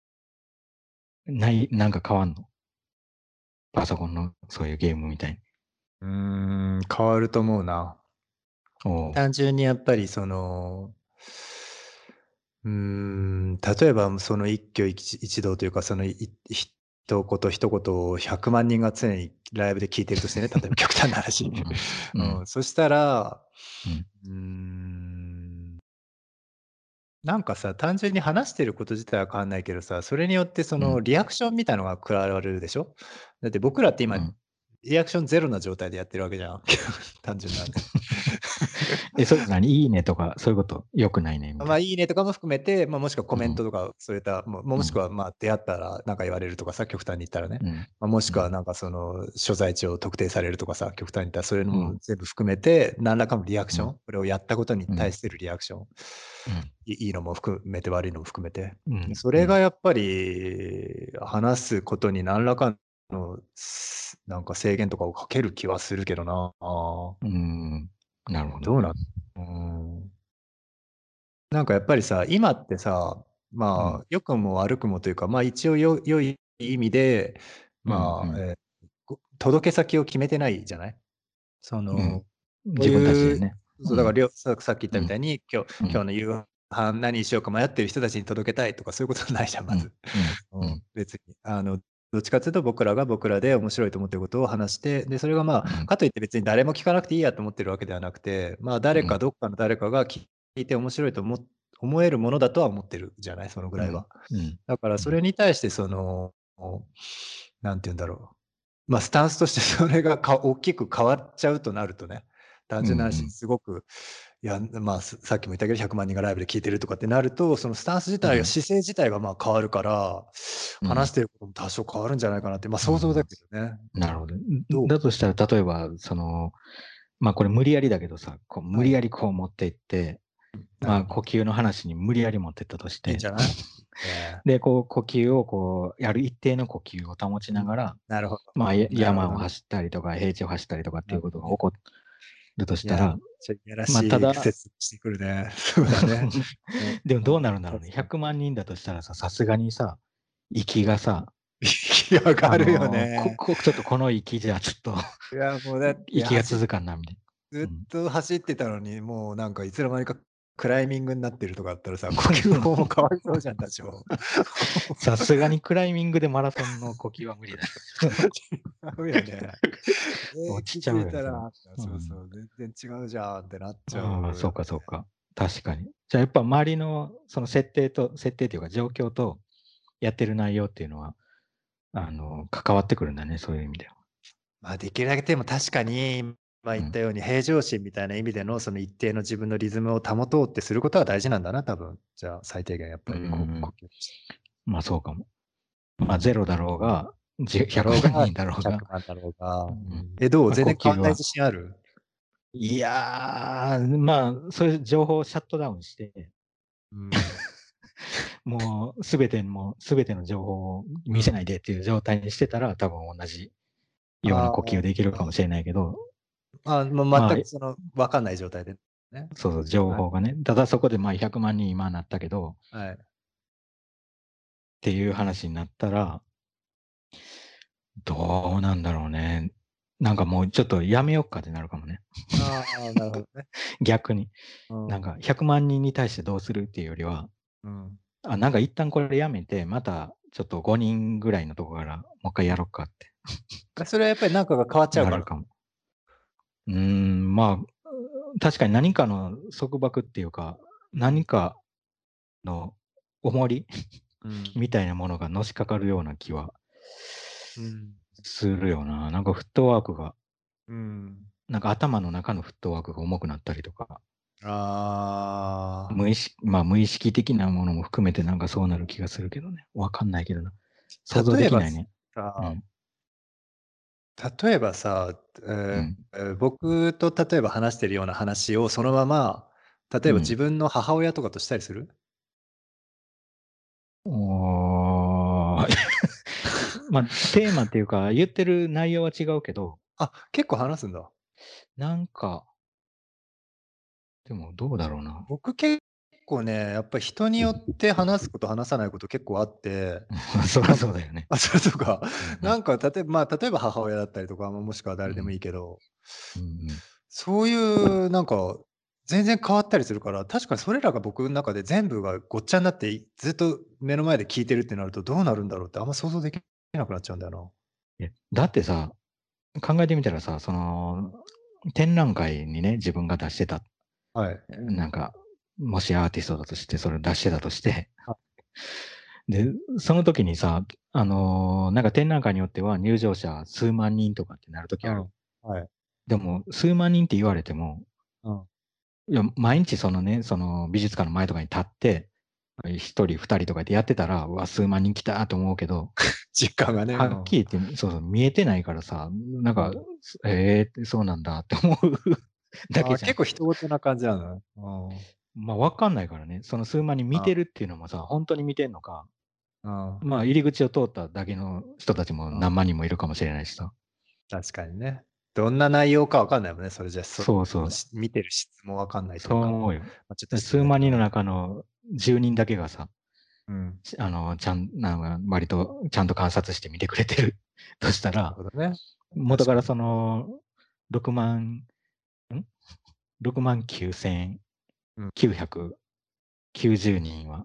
B: なんか変わんのパソコンのそういうゲームみたいに。
A: 変わると思うな。
B: おう。
A: 単純にやっぱり例えばその一挙一動というか、一言一言を100万人が常にライブで聞いてるとしてね、例えば極端な話。
B: うん。うん。
A: そしたら、
B: うん。
A: うーん、なんかさ、単純に話してること自体は変わんないけどさ、それによってそ
B: うん。
A: のリアクションみたいのが加わるでしょ？だって僕らって今、
B: うん。
A: リアクションゼロな状態でやってるわけじゃん。単純な話。
B: それ何いいねとか、そういうこと良くないねみたい
A: いいねとかも含めて、もしくはコ
B: な。うん。
A: メントとか、そういった、もしく
B: うん。
A: は、出会ったらなんか言われるとかさ、極端に言ったらね。
B: うん。
A: もし
B: うん。
A: くはなんか所在地を特定されるとかさ、極端に言ったらそういうの
B: うん。
A: も全部含めて、何らかのリアク
B: うん。
A: ション、これをやったことに
B: うん。
A: 対するリアクション、
B: うん。
A: いいのも含めて悪いのも含めて。
B: うん。
A: それがやっぱり、話すことに何らかの、なんか制限とかをかける気はするけどな。
B: うん。なるほど。
A: どうなんうーん。なんかやっぱりさ、今ってさ、
B: うん。
A: 良くも悪くもというか、一応良い意味で、
B: うん。うん。
A: 届け先を決めてないじゃない？そ
B: うん。
A: の
B: 自分たちでね。
A: そうだからさっき言ったみたいに、今
B: うん
A: 日の夕飯何にしようか迷ってる人たちに届けたいとかそういうことないじゃん、まず。別に。どっちかっていうと僕らが僕らで面白いと思ってることを話して、で、それがまあ、かといって別に誰も聞かなくていいやと思ってるわけではなくて、まあどっかの誰かが聞いて面白いと思えるものだとは思ってるじゃない、そのぐらいは。だからそれに対してなんて言うんだろう。まあスタンスとしてそれが大きく変わっちゃうとなるとね、単純な話、すごく、いや、まあさっきも言ったけど100万人がライブで聞いてるとかってなると、そのスタンス自体が、姿勢自体がまあ変わるから、話してることも多少変わるんじゃないかなって、まあ想像だけどね。
B: なるほど。だとしたら、例えば、まあこれ無理やりだけどさ、無理やりこう持っていって、まあ呼吸の話に無理やり持っていったとして、
A: いいんじゃない？
B: で、呼吸をやる一定の呼吸を保ちながら、
A: なるほど。
B: まあ山を走ったりとか、平地を走ったりとかっていうことが起こるとしたら、
A: まあただ、説明してくるね。そうだね。
B: でもどうなるんだろうね。100万人だとしたらさすがにさ、息がさ、
A: 息上がるよね。
B: ちょっとこの息じゃちょっと
A: いや、もうだって
B: 息が続かんな、みたい
A: な。ずっと走ってたのに、もうなんかいつの間にかクライミングになってるとかあったらさ、呼吸法もかわいそうじゃん、多少。
B: さすがにクライミングでマラソンの呼吸は無理だ。
A: 違うよね。
B: 落ちちゃうよね。
A: そうそう、全然違うじゃんってなっちゃ
B: う。そうか、そうか。確かに。じゃあやっぱ周りのその設定というか状況とやってる内容っていうのは、関わってくるんだね、そういう意味では。
A: まあできるだけでも確かに、今言ったように平常心みたいな意味でのその一定の自分のリズムを保とうってすることは大事なんだな、多分。じゃあ最低限やっぱり呼吸して。
B: まあそうかも。まあゼロだろうが、100万人だろうが。
A: 100万だろうが。どう？全然変わんない自信ある？
B: いやー、まあ、そういう情報をシャットダウンして、もうすべての情報を見せないでっていう状態にしてたら、多分同じような呼吸できるかもしれないけど、
A: もう全く分かんない状態でね。
B: そう、情報がね。ただそこでまあ100万人今なったけど、っていう話になったら、どうなんだろうね。なんかもうちょっとやめよっかってなるかもね。
A: なるほどね。
B: 逆に。なんか100万人に対してどうするっていうよりは、なんか一旦これやめて、またちょっと5人ぐらいのとこからもう一回やろうかって。
A: それはやっぱり何かが変わっちゃうから。
B: かも。まあ、確かに何かの束縛っていうか、何かの重りみたいなものがのしかかるような気はするよな。なんかフットワークが、なんか頭の中のフットワークが重くなったりとか、無意識的なものも含めてなんかそうなる気がするけどね。わかんないけどな。想像できないね。
A: 例えばさ、僕と例えば話してるような話をそのまま、例えば自分の母親とかとしたりする？
B: まあ、テーマっていうか、言ってる内容は違うけど。
A: 結構話すんだ。
B: なんか、でもどうだろうな。
A: 僕結構ね、やっぱり人によって話すこと話さないこと結構あって。
B: そりゃそうだよね。
A: そうか。なんか例えば母親だったりとか、もしくは誰でもいいけど、そういうなんか全然変わったりするから、確かにそれらが僕の中で全部がごっちゃになって、ずっと目の前で聞いてるってなるとどうなるんだろうってあんま想像できなくなっちゃうんだよ
B: な。だってさ、考えてみたらさ、展覧会にね、自分が出してた。なんか、もしアーティストだとして、それを出してたとして、で、その時にさ、なんか展覧会によっては入場者数万人とかってなる時ある。でも、数万人って言われても、いや、毎日その美術館の前とかに立って、一人二人とかでやってたら、数万人来たと思うけど、
A: 実感がね。
B: はっきり言って、そう見えてないからさ、なんか、そうなんだって思うだけじゃん。
A: 結構人事な感じなの？
B: まあ、わかんないからね。その数万人見てるっていうのもさ、本当に見てんのか。まあ、入り口を通っただけの人たちも何万人もいるかもしれないしさ。
A: 確かにね。どんな内容かわかんないもんね、それじゃ。
B: そうそう。
A: 見てる質もわかんないというか。
B: そう思うよ。数万人の中の10人だけがさ、割とちゃんと観察して見てくれてるとしたら、元から6万、 69,990人は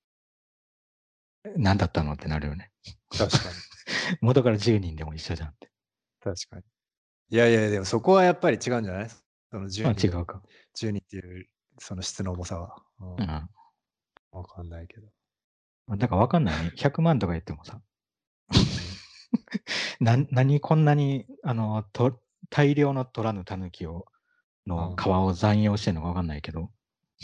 B: 何だったのってなるよね。
A: 確かに。
B: 元から10人でも一緒じゃんって。
A: 確かに。いやいや、でもそこはやっぱり違うんじゃない？その10人、
B: 違うか。
A: 10人っていうその質の重さは。
B: うん。
A: わかんないけど。
B: だから分かんないね。100万とか言ってもさ、何こんなに大量の取らぬ狸の皮を残用してるのか分かんないけど、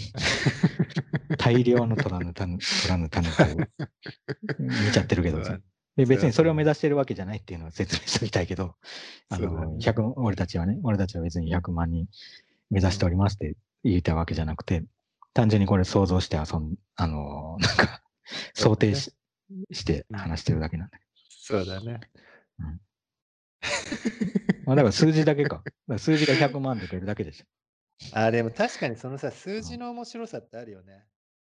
B: 大量の取らぬ狸を見ちゃってるけどさ。で別にそれを目指してるわけじゃないっていうのを説明しておきたいけど、俺たちは別に100万人目指しておりますって言いたいわけじゃなくて、単純にこれ想像してなんか想定して話してるだけなんだけ
A: そうだね。
B: ど。だから数字だけか。数字が100万で出るだけでしょ。
A: でも確かにそのさ、数字の面白さってあるよね。